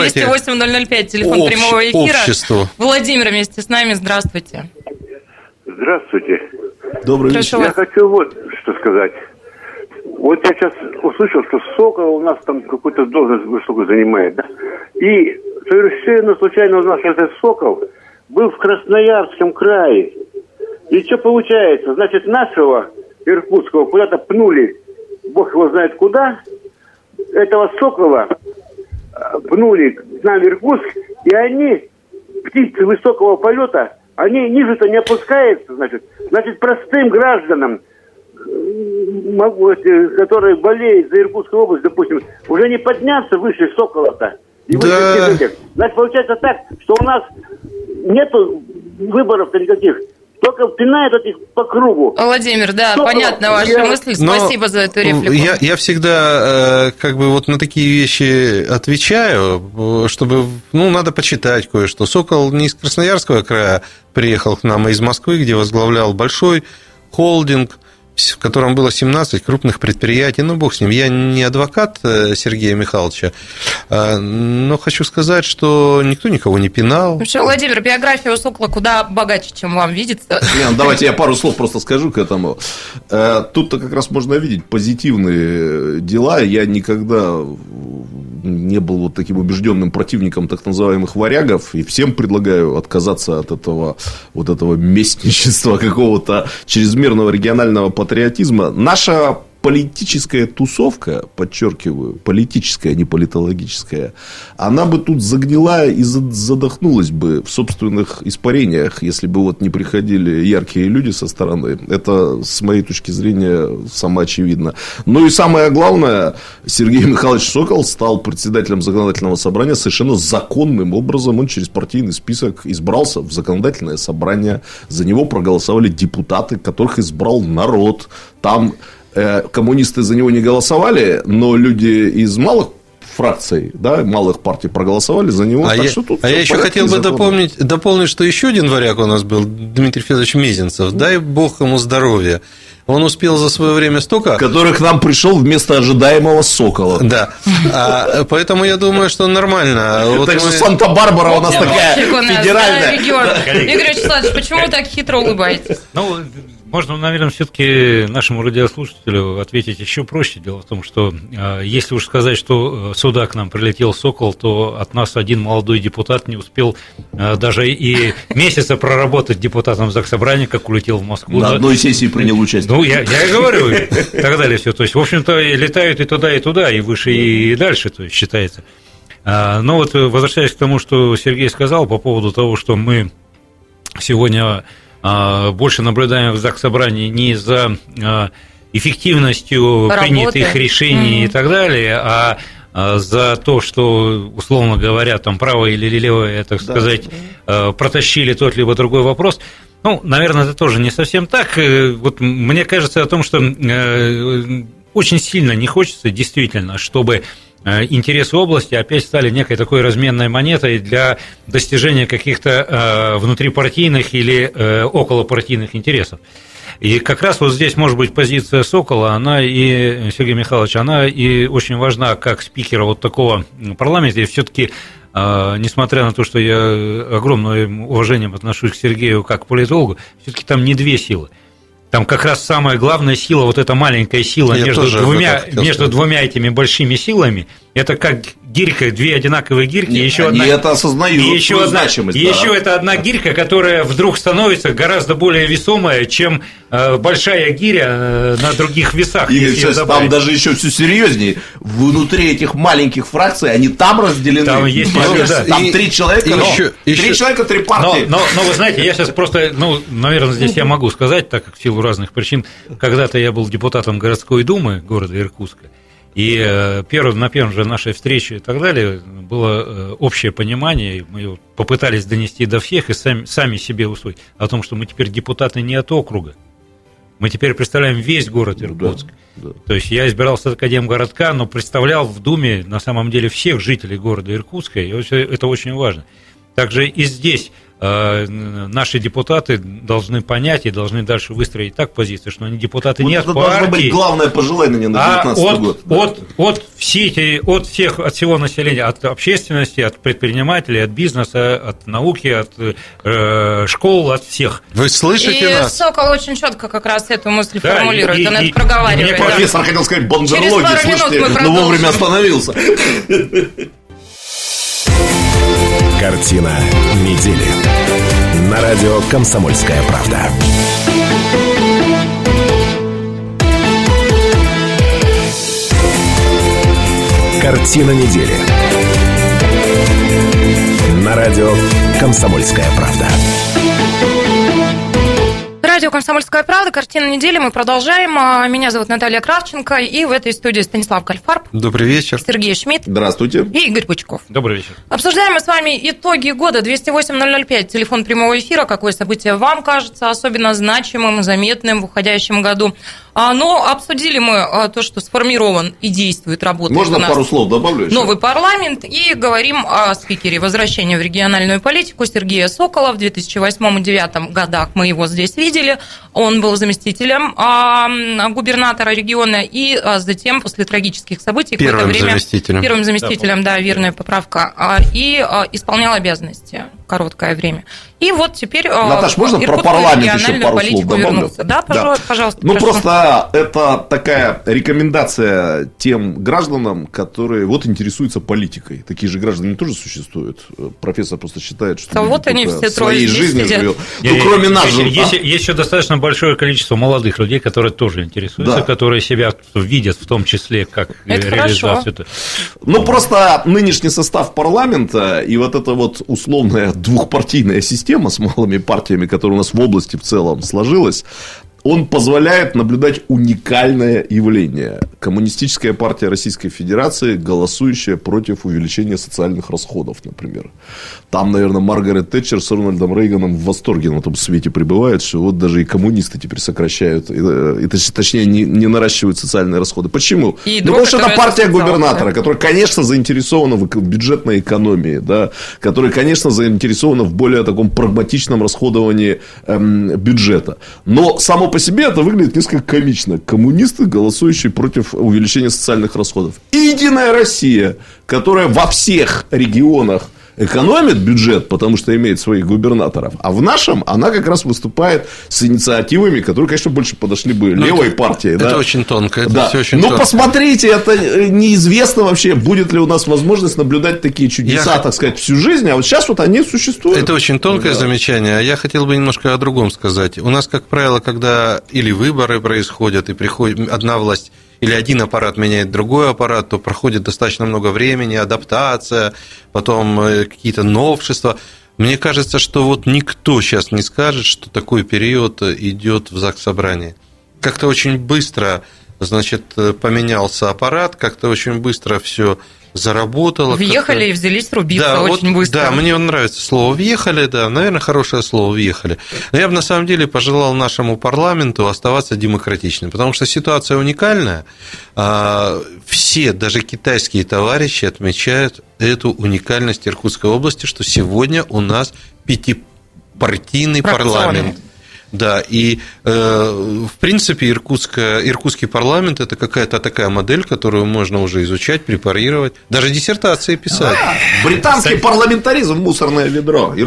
208-005, телефон прямого эфира. Обществу. Владимир вместе с нами, здравствуйте. Здравствуйте. Добрый вечер. Я хочу вот что сказать. Вот я сейчас услышал, что Сокол у нас там какую-то должность высокую занимает, да? И совершенно случайно узнал, что этот Сокол был в Красноярском крае. И что получается? Значит, нашего иркутского куда-то пнули, бог его знает куда, этого Сокола пнули к нам в Иркутск, и они, птицы высокого полета, они ниже-то не опускаются, значит, простым гражданам, которые болеют за Иркутскую область, допустим, уже не подняться выше Сокола-то. И выше Значит, получается так, что у нас нету выборов-то никаких. Только пинают этих по кругу. Владимир, понятно ваши мысли. Спасибо за эту реплику. Я всегда как бы вот на такие вещи отвечаю, чтобы, надо почитать кое-что. Сокол не из Красноярского края приехал к нам, а из Москвы, где возглавлял большой холдинг, в котором было 17 крупных предприятий. Ну, бог с ним. Я не адвокат Сергея Михайловича, но хочу сказать, что никто никого не пинал. Вообще, Владимир, биография у Сокола куда богаче, чем вам видится. Давайте я пару слов просто скажу к этому. Тут-то как раз можно видеть позитивные дела. Я никогда не был вот таким убежденным противником так называемых варягов, и всем предлагаю отказаться от этого вот этого местничества, какого-то чрезмерного регионального патриотизма. Наша политическая тусовка, подчеркиваю, политическая, не политологическая, она бы тут загнила и задохнулась бы в собственных испарениях, если бы вот не приходили яркие люди со стороны. Это, с моей точки зрения, самоочевидно. Ну и самое главное, Сергей Михайлович Сокол стал председателем законодательного собрания совершенно законным образом. Он через партийный список избрался в законодательное собрание. За него проголосовали депутаты, которых избрал народ. Там коммунисты за него не голосовали, но люди из малых фракций, да, малых партий проголосовали за него. Я еще хотел бы дополнить, что еще один варяг у нас был, Дмитрий Федорович Мезенцев. Дай бог ему здоровья. Он успел за свое время столько... Который к нам пришел вместо ожидаемого Сокола. Да. Поэтому я думаю, что нормально. Так же Санта-Барбара у нас такая федеральная. Игорь Вячеславович, почему так хитро улыбаетесь? Можно, наверное, все-таки нашему радиослушателю ответить еще проще. Дело в том, что если уж сказать, что сюда к нам прилетел Сокол, то от нас один молодой депутат не успел даже и месяца проработать депутатом Заксобрания, как улетел в Москву. На одной сессии принял участие. Ну, я и говорю, и так далее все. То есть, в общем-то, летают и туда, и выше, и дальше, то есть, считается. Но вот, возвращаясь к тому, что Сергей сказал по поводу того, что мы сегодня... больше наблюдаем в Заксобрании не за эффективностью принятых решений и так далее, а за то, что, условно говоря, там правое или левое, так сказать, протащили тот либо другой вопрос. Ну, наверное, это тоже не совсем так. Вот мне кажется о том, что очень сильно не хочется действительно, чтобы интересы области опять стали некой такой разменной монетой для достижения каких-то внутрипартийных или околопартийных интересов. И как раз вот здесь, может быть, позиция Сокола, она и, Сергей Михайлович, она и очень важна как спикера вот такого парламента. И все-таки, несмотря на то, что я огромным уважением отношусь к Сергею как к политологу, все-таки там не две силы. Там как раз самая главная сила, вот эта маленькая сила между двумя этими большими силами, это как гирька, две одинаковые гирьки, и еще одна. Это осознают, и еще это одна гирька, которая вдруг становится гораздо более весомая, чем большая гиря на других весах. И там даже еще все серьезнее. Внутри этих маленьких фракций они там разделены. Там есть там три человека, три партии. Но вы знаете, я сейчас просто, наверное, здесь я могу сказать, так как в силу разных причин, когда-то я был депутатом городской думы города Иркутска. И на первом же нашей встрече и так далее было общее понимание, мы попытались донести до всех и сами себе усвоить о том, что мы теперь депутаты не от округа, мы теперь представляем весь город Иркутск. Да. То есть я избирался от академгородка, но представлял в Думе на самом деле всех жителей города Иркутска, и это очень важно. Также и здесь наши депутаты должны понять и должны дальше выстроить так позицию, что они депутаты не от партии. Это должно быть главное пожелание на 2019 год. От всего населения, от общественности, от предпринимателей, от бизнеса, от науки, от школ, от всех. Вы слышите нас? И Сокол очень четко как раз эту мысль формулирует, он это проговаривает. Профессор хотел сказать бандерлоги, слушайте, но вовремя остановился. Картина недели. На радио «Комсомольская правда». Картина недели. На радио «Комсомольская правда». Радио «Комсомольская правда», картина недели. Мы продолжаем. Меня зовут Наталья Кравченко, и в этой студии Станислав Гольфарб. Добрый вечер. Сергей Шмидт. Здравствуйте. И Игорь Пучков. Добрый вечер. Обсуждаем мы с вами итоги года. 208-005, телефон прямого эфира. Какое событие вам кажется особенно значимым, заметным в уходящем году? Но обсудили мы то, что сформирован и действует, работает Можно у нас пару слов добавлю еще? новый парламент, и говорим о спикере возвращения в региональную политику Сергея Сокола. В 2008-2009 годах мы его здесь видели. Он был заместителем губернатора региона, и затем, после трагических событий, первым заместителем, да, верная поправка, и исполнял обязанности короткое время. И вот теперь Наташ, можно про парламент еще пару слов добавлю? Да, пожалуйста. Ну, просто это такая рекомендация тем гражданам, которые вот интересуются политикой. Такие же граждане тоже существуют. Профессор просто считает, что вот они все своей жизнью живет. Ну, кроме нас же. Есть еще достаточно большое количество молодых людей, которые тоже интересуются, которые себя видят в том числе как реализацию. Ну, просто нынешний состав парламента и вот эта вот условная двухпартийная система с малыми партиями, которая у нас в области в целом сложилась, он позволяет наблюдать уникальное явление. Коммунистическая партия Российской Федерации, голосующая против увеличения социальных расходов, например. Там, наверное, Маргарет Тэтчер с Рональдом Рейганом в восторге на том свете пребывают, что вот даже и коммунисты теперь сокращают, точнее, не наращивают социальные расходы. Почему? Потому что это партия губернатора, которая, конечно, заинтересована в бюджетной экономии, да, которая, конечно, заинтересована в более таком прагматичном расходовании бюджета. Но само по себе это выглядит несколько комично. Коммунисты, голосующие против увеличения социальных расходов. И Единая Россия, которая во всех регионах экономит бюджет, потому что имеет своих губернаторов, а в нашем она как раз выступает с инициативами, которые, конечно, больше подошли бы левой партии. Это очень тонко. Но посмотрите, это неизвестно вообще, будет ли у нас возможность наблюдать такие чудеса, так сказать, всю жизнь, а вот сейчас вот они существуют. Это очень тонкое замечание, а я хотел бы немножко о другом сказать. У нас, как правило, когда или выборы происходят, и приходит одна власть, или один аппарат меняет другой аппарат, то проходит достаточно много времени, адаптация, потом какие-то новшества. Мне кажется, что вот никто сейчас не скажет, что такой период идет в Заксобрании. Как-то очень быстро, значит, поменялся аппарат, как-то очень быстро все заработало. Въехали и взялись рубиться очень быстро. Да, мне нравится слово «въехали», да, наверное, хорошее слово «въехали». Но я бы, на самом деле, пожелал нашему парламенту оставаться демократичным, потому что ситуация уникальная. Все, даже китайские товарищи отмечают эту уникальность Иркутской области, что сегодня у нас пятипартийный парламент. Да, и, в принципе, иркутский парламент – это какая-то такая модель, которую можно уже изучать, препарировать, даже диссертации писать. Британский парламентаризм – мусорное ведро.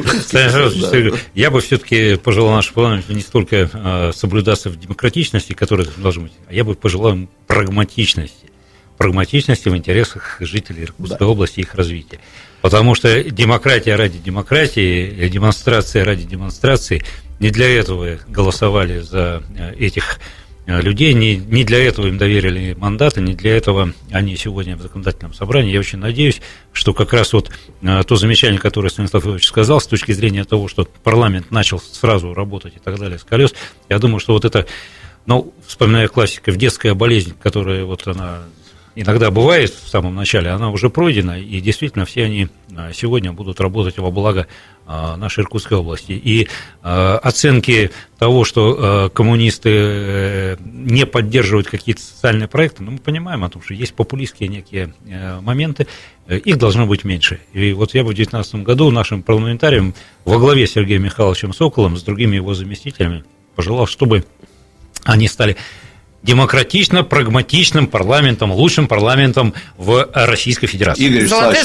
Я бы все-таки пожелал нашему парламенту не столько соблюдаться в демократичности, которая должна быть, а я бы пожелал им прагматичности в интересах жителей Иркутской области и их развития. Потому что демократия ради демократии, демонстрация ради демонстрации – не для этого голосовали за этих людей, не для этого им доверили мандаты, не для этого они сегодня в законодательном собрании. Я очень надеюсь, что как раз вот то замечание, которое Станислав Иванович сказал, с точки зрения того, что парламент начал сразу работать и так далее с колес, я думаю, что вот это, вспоминая классика, детская болезнь, которая вот она иногда бывает в самом начале, она уже пройдена, и действительно все они сегодня будут работать во благо нашей Иркутской области. И оценки того, что коммунисты не поддерживают какие-то социальные проекты, мы понимаем о том, что есть популистские некие моменты, их должно быть меньше. И вот я бы в 2019 году нашим парламентариям во главе с Сергеем Михайловичем Соколом, с другими его заместителями, пожелал, чтобы они стали демократично, прагматичным парламентом, лучшим парламентом в Российской Федерации. Игорь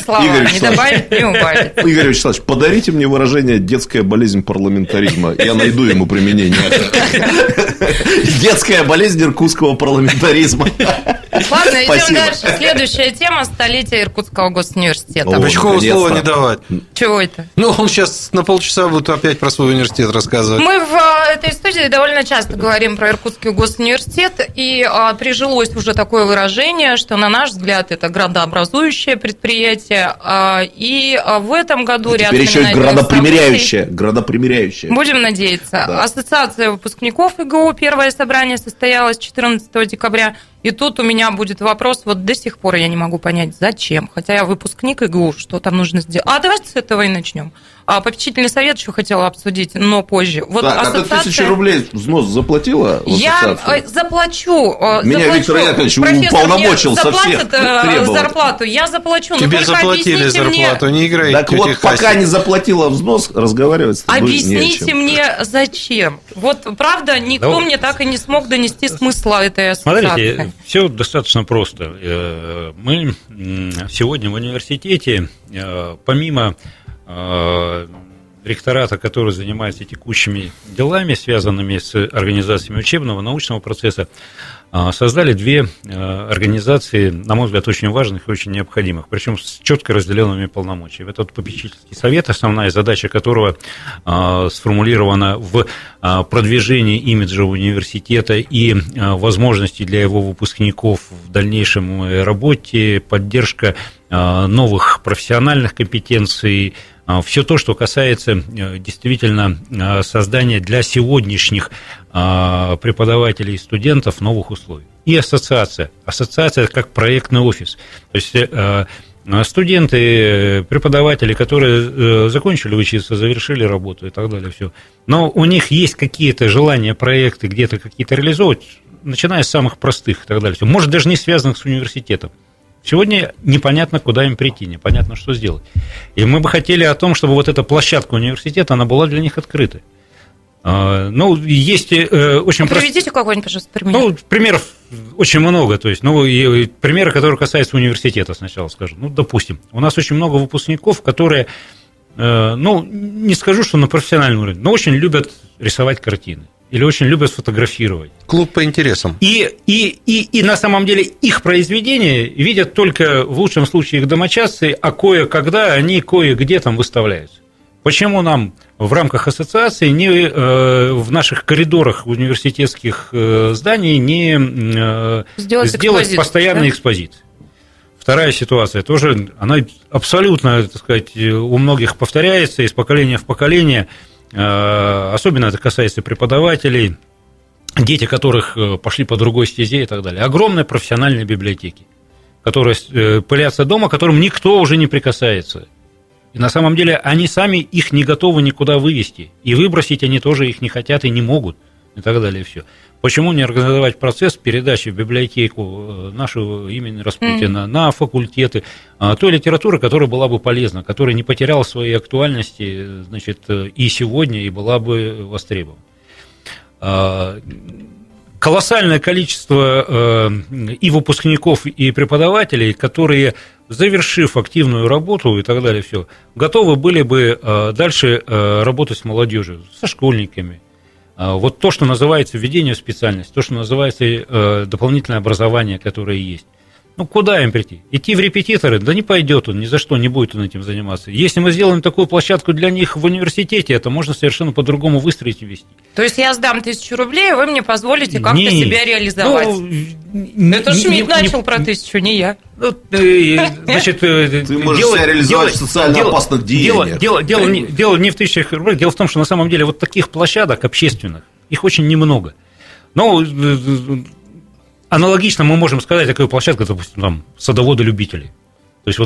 Вячеславович, подарите мне выражение «детская болезнь парламентаризма». Я найду ему применение. Детская болезнь иркутского парламентаризма. Ладно, идем дальше. Следующая тема – столетие Иркутского госуниверситета. Бычкову слова не давать. Чего это? Он сейчас на полчаса будет опять про свой университет рассказывать. Мы в этой студии довольно часто говорим про Иркутский госуниверситет, и прижилось уже такое выражение, что, на наш взгляд, это градообразующее предприятие, и в этом году ряд теперь еще и градопримеряющее. Будем надеяться. Да. Ассоциация выпускников ИГУ, первое собрание состоялось 14 декабря. И тут у меня будет вопрос, вот до сих пор я не могу понять, зачем. Хотя я выпускник ИГУ, что там нужно сделать. А давайте с этого и начнем. Попечительный совет еще хотела обсудить, но позже. Вот так, ассоциация... а ты 1000 рублей взнос заплатила в ассоциацию? Я заплачу. Меня Виктор Яковлевич уполномочил со всех требовать зарплату, я заплачу. Тебе заплатили зарплату, не играйте. Так вот, пока не заплатила взнос, разговаривать с тобой объясните мне, зачем. Вот, правда, никто мне так и не смог донести смысла этой ассоциации. Смотрите, все достаточно просто. Мы сегодня в университете, помимо ректората, который занимается текущими делами, связанными с организациями учебного, научного процесса, создали две организации, на мой взгляд, очень важных и очень необходимых, причем с четко разделенными полномочиями. Это попечительский совет, основная задача которого сформулирована в продвижении имиджа университета и возможностей для его выпускников в дальнейшем работе, поддержка новых профессиональных компетенций, все то, что касается действительно создания для сегодняшних преподавателей и студентов новых условий. И ассоциация. Ассоциация как проектный офис. То есть студенты, преподаватели, которые закончили учиться, завершили работу и так далее, все. Но у них есть какие-то желания, проекты где-то какие-то реализовывать, начиная с самых простых и так далее. Все. Может, даже не связанных с университетом. Сегодня непонятно, куда им прийти, непонятно, что сделать. И мы бы хотели о том, чтобы вот эта площадка университета, она была для них открыта. Ну, есть очень... Приведите какой-нибудь, пожалуйста, пример. Ну, примеров очень много. То есть, и примеры, которые касаются университета, сначала скажу. Ну, допустим, у нас очень много выпускников, которые, не скажу, что на профессиональном уровне, но очень любят рисовать картины. Или очень любят фотографировать. Клуб по интересам. И на самом деле их произведения видят только в лучшем случае их домочадцы, а кое-когда они кое-где там выставляются. Почему нам в рамках ассоциации в наших коридорах университетских зданий не сделать постоянные экспозиции? Вторая ситуация тоже, она абсолютно, так сказать, у многих повторяется из поколения в поколение. Особенно это касается преподавателей, дети которых пошли по другой стезе и так далее. Огромные профессиональные библиотеки, которые пылятся дома, к которым никто уже не прикасается. И на самом деле они сами их не готовы никуда вывести. И выбросить они тоже их не хотят и не могут. И так далее. Все. Почему не организовать процесс передачи в библиотеку нашего имени Распутина на факультеты той литературы, которая была бы полезна, которая не потеряла своей актуальности, значит, и сегодня, и была бы востребована. Колоссальное количество и выпускников, и преподавателей, которые, завершив активную работу и так далее, все, готовы были бы дальше работать с молодежью, со школьниками. Вот то, что называется введение в специальность, то, что называется дополнительное образование, которое есть. Ну, куда им прийти? Идти в репетиторы? Да не пойдет он, ни за что не будет он этим заниматься. Если мы сделаем такую площадку для них в университете, это можно совершенно по-другому выстроить и вести. То есть я сдам 1000 рублей, а вы мне позволите как-то себя реализовать? Это Шмидт начал про 1000, не я. Значит, ты можешь себя реализовать в социально опасных деяниях. Дело не в 1000 рублей, дело в том, что на самом деле вот таких площадок общественных, их очень немного. Но аналогично мы можем сказать, такая площадка, допустим, там, садоводы-любители. То есть,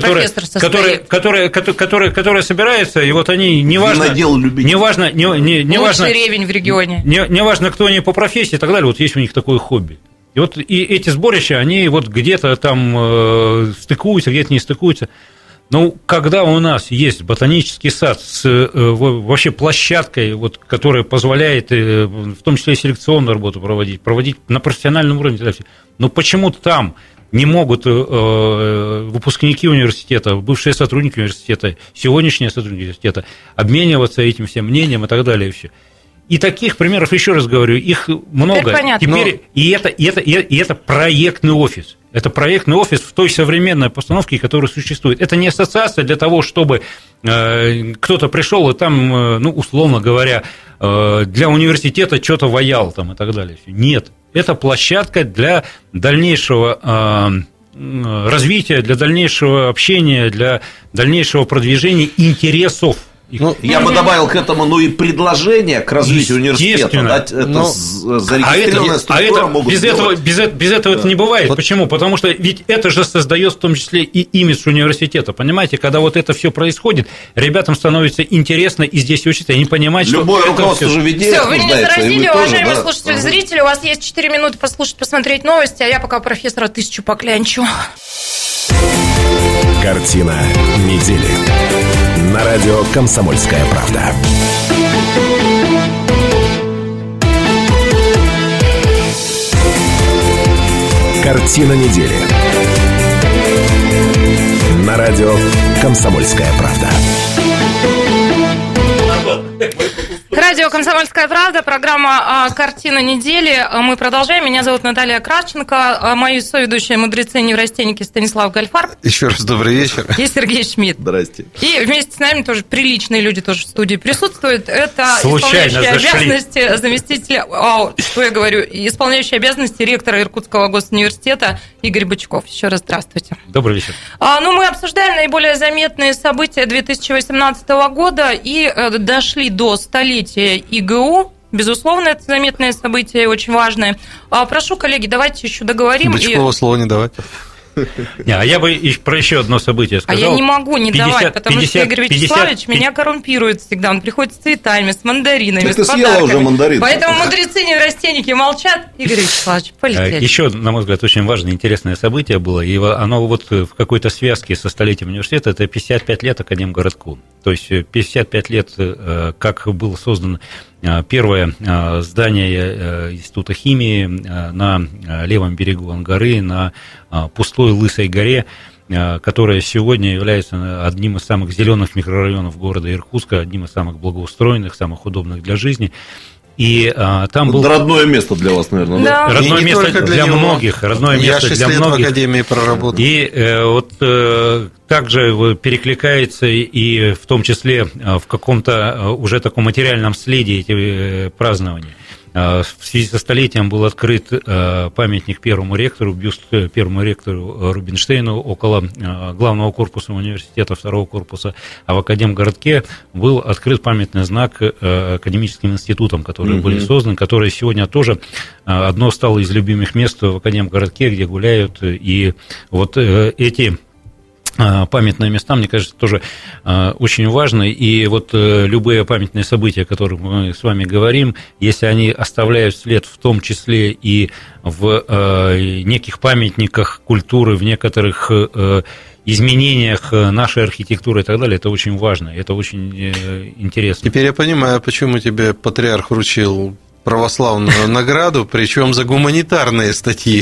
которая собирается, и вот они, неважно, лучший ревень в регионе. Неважно, кто они по профессии и так далее, вот есть у них такое хобби. И вот и эти сборища, они вот где-то там стыкуются, где-то не стыкуются. Но когда у нас есть ботанический сад с вообще площадкой, вот, которая позволяет в том числе и селекционную работу проводить на профессиональном уровне, но почему там не могут выпускники университета, бывшие сотрудники университета, сегодняшние сотрудники университета обмениваться этим всем мнением и так далее. Все. И таких примеров, еще раз говорю, их много. Теперь, и это проектный офис. Это проектный офис в той современной постановке, которая существует. Это не ассоциация для того, чтобы кто-то пришел и там, условно говоря, для университета что-то ваял там и так далее. Нет. Это площадка для дальнейшего развития, для дальнейшего общения, для дальнейшего продвижения интересов Я бы добавил к этому, и предложение к развитию университета. Зарегистрированная структура могут сделать. Без этого это не бывает. Почему? Потому что ведь это же создает в том числе и имидж университета. Понимаете, когда вот это все происходит, ребятам становится интересно и здесь учиться, и не понимать, что... Любое руководство же ведет. Все, вы не заразили, уважаемые слушатели, зрители, у вас есть 4 минуты послушать, посмотреть новости, а я пока профессора 1000 поклянчу. Картина недели. На радио «Комсомольская правда». Картина недели. На радио «Комсомольская правда». Радио «Комсомольская правда», программа «Картина недели». Мы продолжаем. Меня зовут Наталья Кравченко. Мои соведущие мудрецы неврастенники Станислав Гальфар. Еще раз добрый вечер. И Сергей Шмидт. Здрасте. И вместе с нами тоже приличные люди тоже в студии присутствуют. Это исполняющий обязанности заместителя, что я говорю, исполняющий обязанности ректора Иркутского госуниверситета Игорь Бычков. Еще раз здравствуйте. Добрый вечер. Мы обсуждаем наиболее заметные события 2018 года и дошли до столетия ИГУ. Безусловно, это заметное событие, очень важное. Прошу, коллеги, давайте еще договорим. Бычкову слова не давать. А я бы про еще одно событие сказал. А я не могу не давать, потому что Игорь Вячеславович меня коррумпирует всегда. Он приходит с цветами, с мандаринами, с подарками. Ты съела уже мандарин. Поэтому мудрецы-неврастенники молчат. Игорь Вячеславович, полетели. Еще, на мой взгляд, очень важное, интересное событие было, и оно вот в какой-то связке со столетием университета, это 55 лет Академгородку. То есть 55 лет, как было создано первое здание Института химии на левом берегу Ангары, на пустой Лысой горе, которая сегодня является одним из самых зеленых микрорайонов города Иркутска, одним из самых благоустроенных, самых удобных для жизни. И там был... Родное место для вас, наверное, да? Родное место для многих. Родное место для многих. Я 6 лет в Академии проработал. И вот также перекликается и в том числе в каком-то уже таком материальном следе эти празднования. В связи со столетием был открыт памятник первому ректору, бюст первому ректору Рубинштейну около главного корпуса университета, второго корпуса, а в Академгородке был открыт памятный знак академическим институтам, которые были созданы, которые сегодня тоже одно стало из любимых мест в Академгородке, где гуляют, и вот эти... памятные места, мне кажется, тоже очень важны. И вот любые памятные события, о которых мы с вами говорим, если они оставляют след в том числе и в неких памятниках культуры, в некоторых изменениях нашей архитектуры и так далее, это очень важно, это очень интересно. Теперь я понимаю, почему тебе патриарх вручил православную награду, причем за гуманитарные статьи.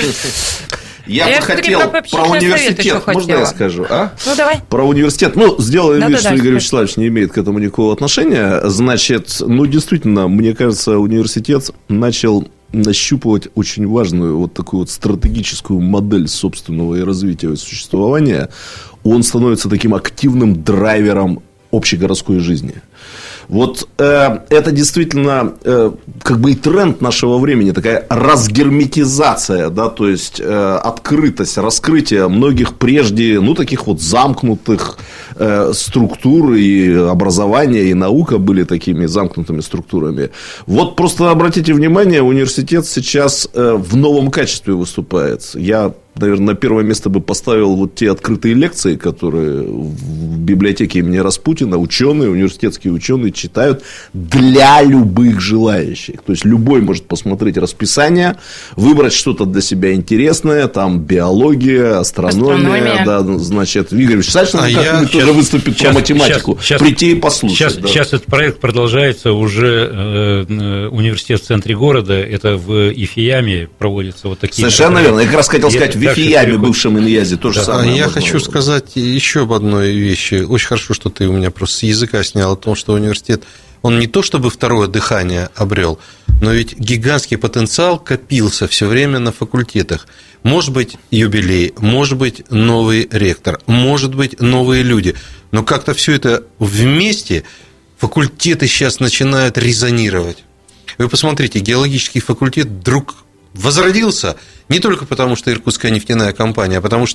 Я бы хотел про университет, можно я скажу? Ну, давай. Про университет. Сделаем вид, что Игорь Вячеславович не имеет к этому никакого отношения. Значит, действительно, мне кажется, университет начал нащупывать очень важную вот такую вот стратегическую модель собственного и развития и существования. Он становится таким активным драйвером общегородской жизни. Вот это действительно как бы и тренд нашего времени, такая разгерметизация, да, то есть открытость, раскрытие многих прежде, таких вот замкнутых структур, и образование, и наука были такими замкнутыми структурами. Вот просто обратите внимание, университет сейчас в новом качестве выступает. Я, наверное, на первое место бы поставил вот те открытые лекции, которые в библиотеке имени Распутина ученые, университетские ученые читают для любых желающих. То есть любой может посмотреть расписание, выбрать что-то для себя интересное, там биология, астрономия. Да, значит, Игорь Вячеславович как-нибудь тоже выступит про математику. Прийти и послушать. Сейчас этот проект продолжается уже университет в центре города, это в Ифияме проводятся вот такие. Совершенно верно. Я как раз хотел сказать, в Ифияме, бывшем Иньязе, то же самое. Я хочу сказать еще об одной вещи. Очень хорошо, что ты у меня просто с языка снял о том, что университет, он не то чтобы второе дыхание обрел, но ведь гигантский потенциал копился все время на факультетах. Может быть, юбилей, может быть, новый ректор, может быть, новые люди. Но как-то все это вместе факультеты сейчас начинают резонировать. Вы посмотрите, геологический факультет вдруг возродился не только потому, что Иркутская нефтяная компания, а потому что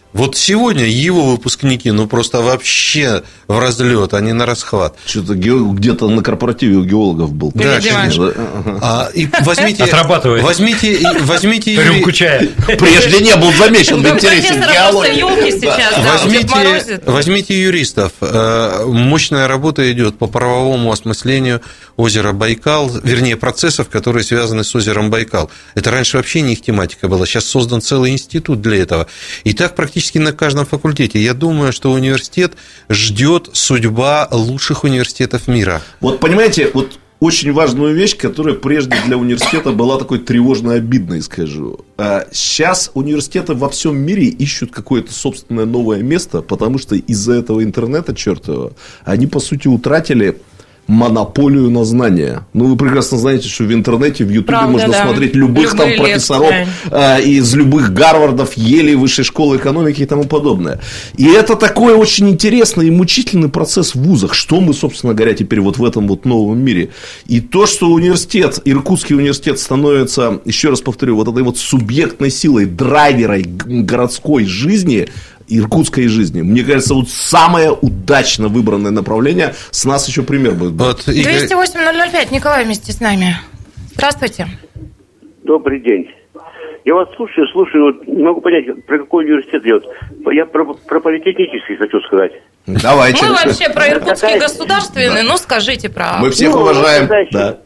Вот сегодня его выпускники, ну, просто вообще в разлет, они на расхват. Что-то где-то на корпоративе у геологов был. Да, конечно. И возьмите... Отрабатывает. Возьмите рюмку чая. Прежде не был замечен в интересе геологии. Возьмите юристов. Мощная работа идет по правовому осмыслению озера Байкал, вернее, процессов, которые связаны с озером Байкал. Это раньше вообще не их тематика была. Сейчас создан целый институт для этого. И так практически на каждом факультете. Я думаю, что университет ждет судьба лучших университетов мира. Вот понимаете, вот очень важную вещь, которая прежде для университета была такой тревожно-обидной, скажу. Сейчас университеты во всем мире ищут какое-то собственное новое место, потому что из-за этого интернета чертова они, по сути, утратили монополию на знания. Ну, вы прекрасно знаете, что в интернете, в Ютубе можно смотреть любых там профессоров из любых Гарвардов, Елей, Высшей школы экономики и тому подобное. И это такой очень интересный и мучительный процесс в вузах. Что мы, собственно говоря, теперь вот в этом вот новом мире. И то, что университет, Иркутский университет становится, еще раз повторю, вот этой вот субъектной силой, драйверой городской жизни, иркутской жизни. Мне кажется, вот самое удачно выбранное направление. С нас еще пример будет. 208-005. Николай вместе с нами. Здравствуйте. Добрый день. Я вас слушаю, вот не могу понять, про какой университет идет. Я про политехнический хочу сказать. Давайте. Мы вообще про Иркутский государственный, ну скажите про... Мы всех уважаем. Да.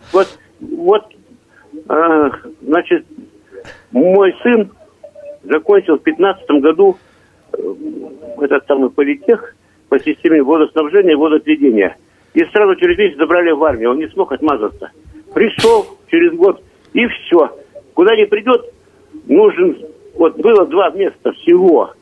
Значит, мой сын закончил в 2015 году этот самый политех по системе водоснабжения и водоотведения. И сразу через месяц забрали в армию. Он не смог отмазаться. Пришел через год, и все. Куда ни придет, нужен... Вот было 2 места всего.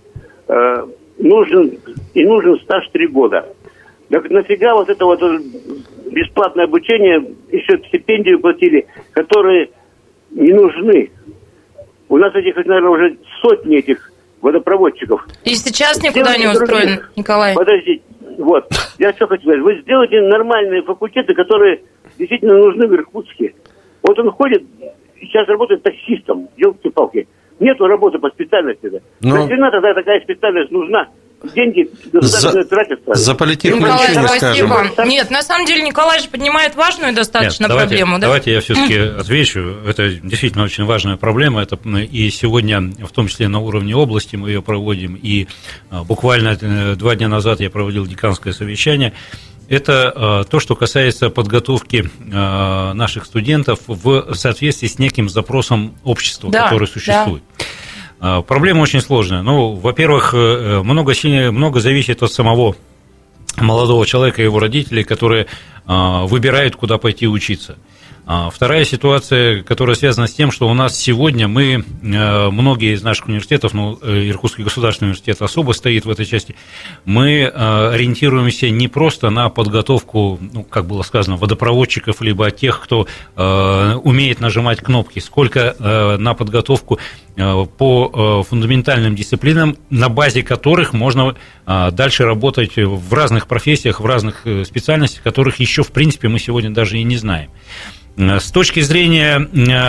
Нужен стаж 3 года. Так нафига вот это вот бесплатное обучение, еще стипендию платили, которые не нужны. У нас этих, наверное, уже сотни этих водопроводчиков. И сейчас никуда не устроен, Николай. Подождите, вот. Я что хочу сказать. Вы сделайте нормальные факультеты, которые действительно нужны в Иркутске. Вот он ходит, сейчас работает таксистом, елки-палки. Нету работы по специальности. Нахрена тогда такая специальность нужна? Деньги государственные тратятся. За политех мы ничего не скажем. Нет, на самом деле Николай же поднимает важную достаточно проблему. Давайте я все-таки отвечу. Это действительно очень важная проблема. Это и сегодня, в том числе на уровне области, мы ее проводим. И буквально 2 дня назад я проводил деканское совещание. Это то, что касается подготовки наших студентов в соответствии с неким запросом общества, который существует. Да. Проблема очень сложная. Ну, во-первых, много зависит от самого молодого человека и его родителей, которые выбирают, куда пойти учиться. Вторая ситуация, которая связана с тем, что у нас сегодня многие из наших университетов, Иркутский государственный университет особо стоит в этой части, мы ориентируемся не просто на подготовку, как было сказано, водопроводчиков, либо тех, кто умеет нажимать кнопки, сколько на подготовку по фундаментальным дисциплинам, на базе которых можно дальше работать в разных профессиях, в разных специальностях, которых еще, в принципе, мы сегодня даже и не знаем. С точки зрения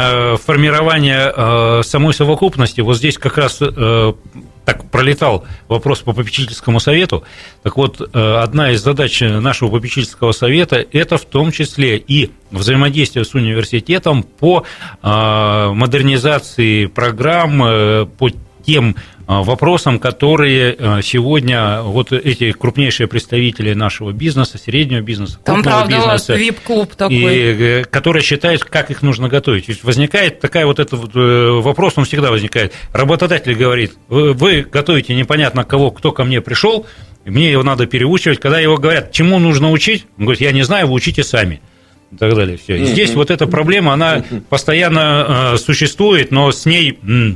формирования самой совокупности, вот здесь как раз так пролетал вопрос по попечительскому совету. Так вот, одна из задач нашего попечительского совета – это в том числе и взаимодействие с университетом по модернизации программ, по тем вопросам, которые сегодня вот эти крупнейшие представители нашего бизнеса, среднего бизнеса, крупного бизнеса, у вас VIP-клуб такой. И которые считают, как их нужно готовить. Ведь возникает такая вот этот вопрос, он всегда возникает. Работодатель говорит: вы готовите непонятно кого, кто ко мне пришел, мне его надо переучивать. Когда его говорят, чему нужно учить, он говорит: я не знаю, вы учите сами. И так далее. Все. И здесь вот эта проблема, она постоянно существует, но с ней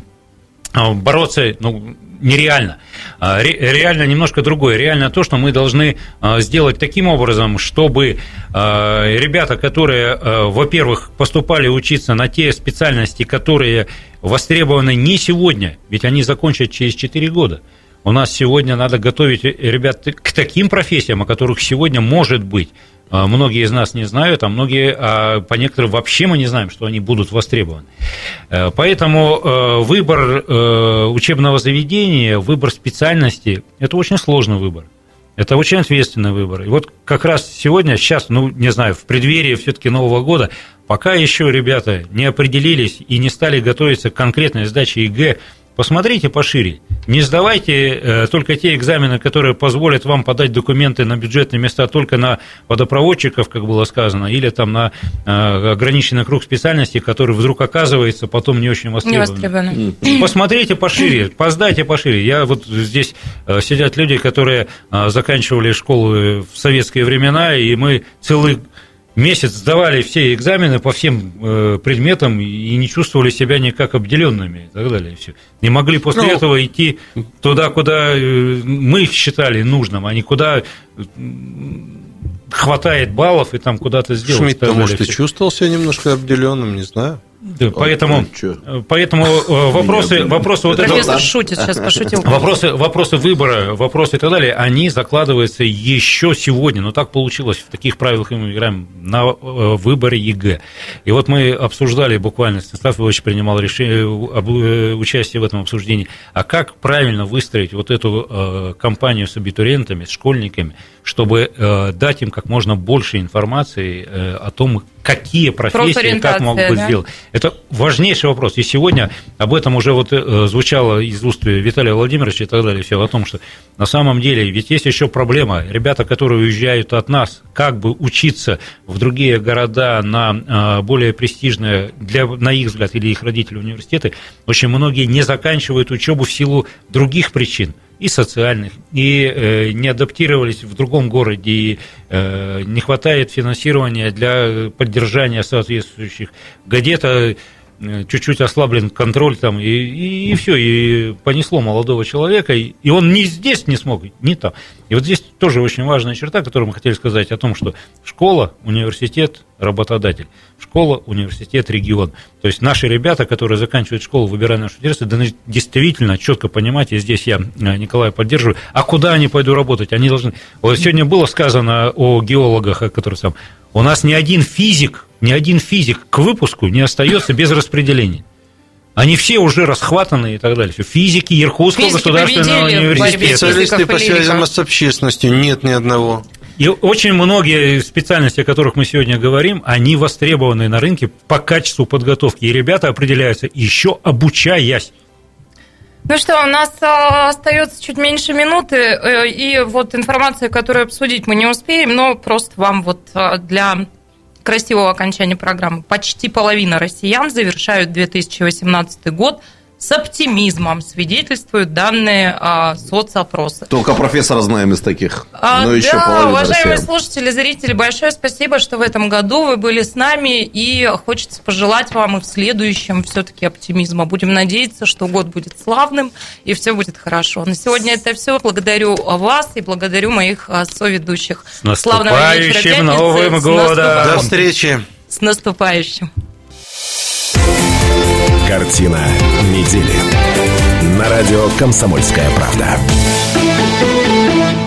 бороться нереально. Реально немножко другое. Реально то, что мы должны сделать таким образом, чтобы ребята, которые, во-первых, поступали учиться на те специальности, которые востребованы не сегодня, ведь они закончат через 4 года. У нас сегодня надо готовить ребят к таким профессиям, о которых сегодня, может быть, многие из нас не знают, а многие, по некоторым вообще мы не знаем, что они будут востребованы. Поэтому выбор учебного заведения, выбор специальности – это очень сложный выбор. Это очень ответственный выбор. И вот как раз сегодня, сейчас, не знаю, в преддверии все-таки Нового года, пока еще ребята не определились и не стали готовиться к конкретной сдаче ЕГЭ, посмотрите пошире. Не сдавайте только те экзамены, которые позволят вам подать документы на бюджетные места только на водопроводчиков, как было сказано, или там на ограниченный круг специальностей, который вдруг оказывается потом не очень востребованным. Посмотрите пошире, поздайте пошире. Я вот здесь сидят люди, которые заканчивали школу в советские времена, и мы целый месяц сдавали все экзамены по всем предметам и не чувствовали себя никак обделенными и так далее. И все. Не могли после этого идти туда, куда мы считали нужным, а не куда хватает баллов и там куда-то сделать. Шмидт, может, и чувствовал себя немножко обделенным, не знаю. Да, поэтому вопросы вот профессор шутит, сейчас пошутил. Вопросы выбора, вопросы и так далее, они закладываются еще сегодня. Но так получилось, в таких правилах мы играем на выборе ЕГЭ. И вот мы обсуждали буквально, Станислав Иванович принимал участие в этом обсуждении, а как правильно выстроить вот эту кампанию с абитуриентами, с школьниками, чтобы дать им как можно больше информации о том, какие профессии, как могут быть сделаны. Это важнейший вопрос. И сегодня об этом уже вот звучало из уст Виталия Владимировича и так далее, все о том, что на самом деле ведь есть еще проблема. Ребята, которые уезжают от нас, как бы учиться в другие города на более престижные, на их взгляд, или их родители университеты, очень многие не заканчивают учебу в силу других причин. И социальных, и не адаптировались в другом городе, и не хватает финансирования для поддержания соответствующих. Где-то чуть-чуть ослаблен контроль там, и все, и понесло молодого человека, и он ни здесь не смог, ни там. И вот здесь тоже очень важная черта, которую мы хотели сказать о том, что школа, университет, работодатель, школа, университет, регион. То есть наши ребята, которые заканчивают школу, выбирая нашу интересы, должны действительно четко понимать, и здесь я Николая поддерживаю, а куда они пойдут работать? Они должны... Вот сегодня было сказано о геологах, о которых там... У нас ни один физик к выпуску не остается без распределения. Они все уже расхватаны и так далее. Физики Иркутского государственного университета. Специалисты по связям с общественностью нет ни одного. И очень многие специальности, о которых мы сегодня говорим, они востребованы на рынке по качеству подготовки. И ребята определяются, еще обучаясь. Ну что, у нас остается чуть меньше минуты, и вот информация, которую обсудить мы не успеем, но просто вам вот для красивого окончания программы. Почти половина россиян завершают 2018 год с оптимизмом, свидетельствуют данные соцопроса. Только профессора знаем из таких. Но еще да, уважаемые слушатели, зрители, большое спасибо, что в этом году вы были с нами, и хочется пожелать вам и в следующем все-таки оптимизма. Будем надеяться, что год будет славным, и все будет хорошо. На сегодня это все. Благодарю вас и благодарю моих соведущих. С наступающим Новым годом! До встречи! С наступающим! Картина недели. На радио «Комсомольская правда».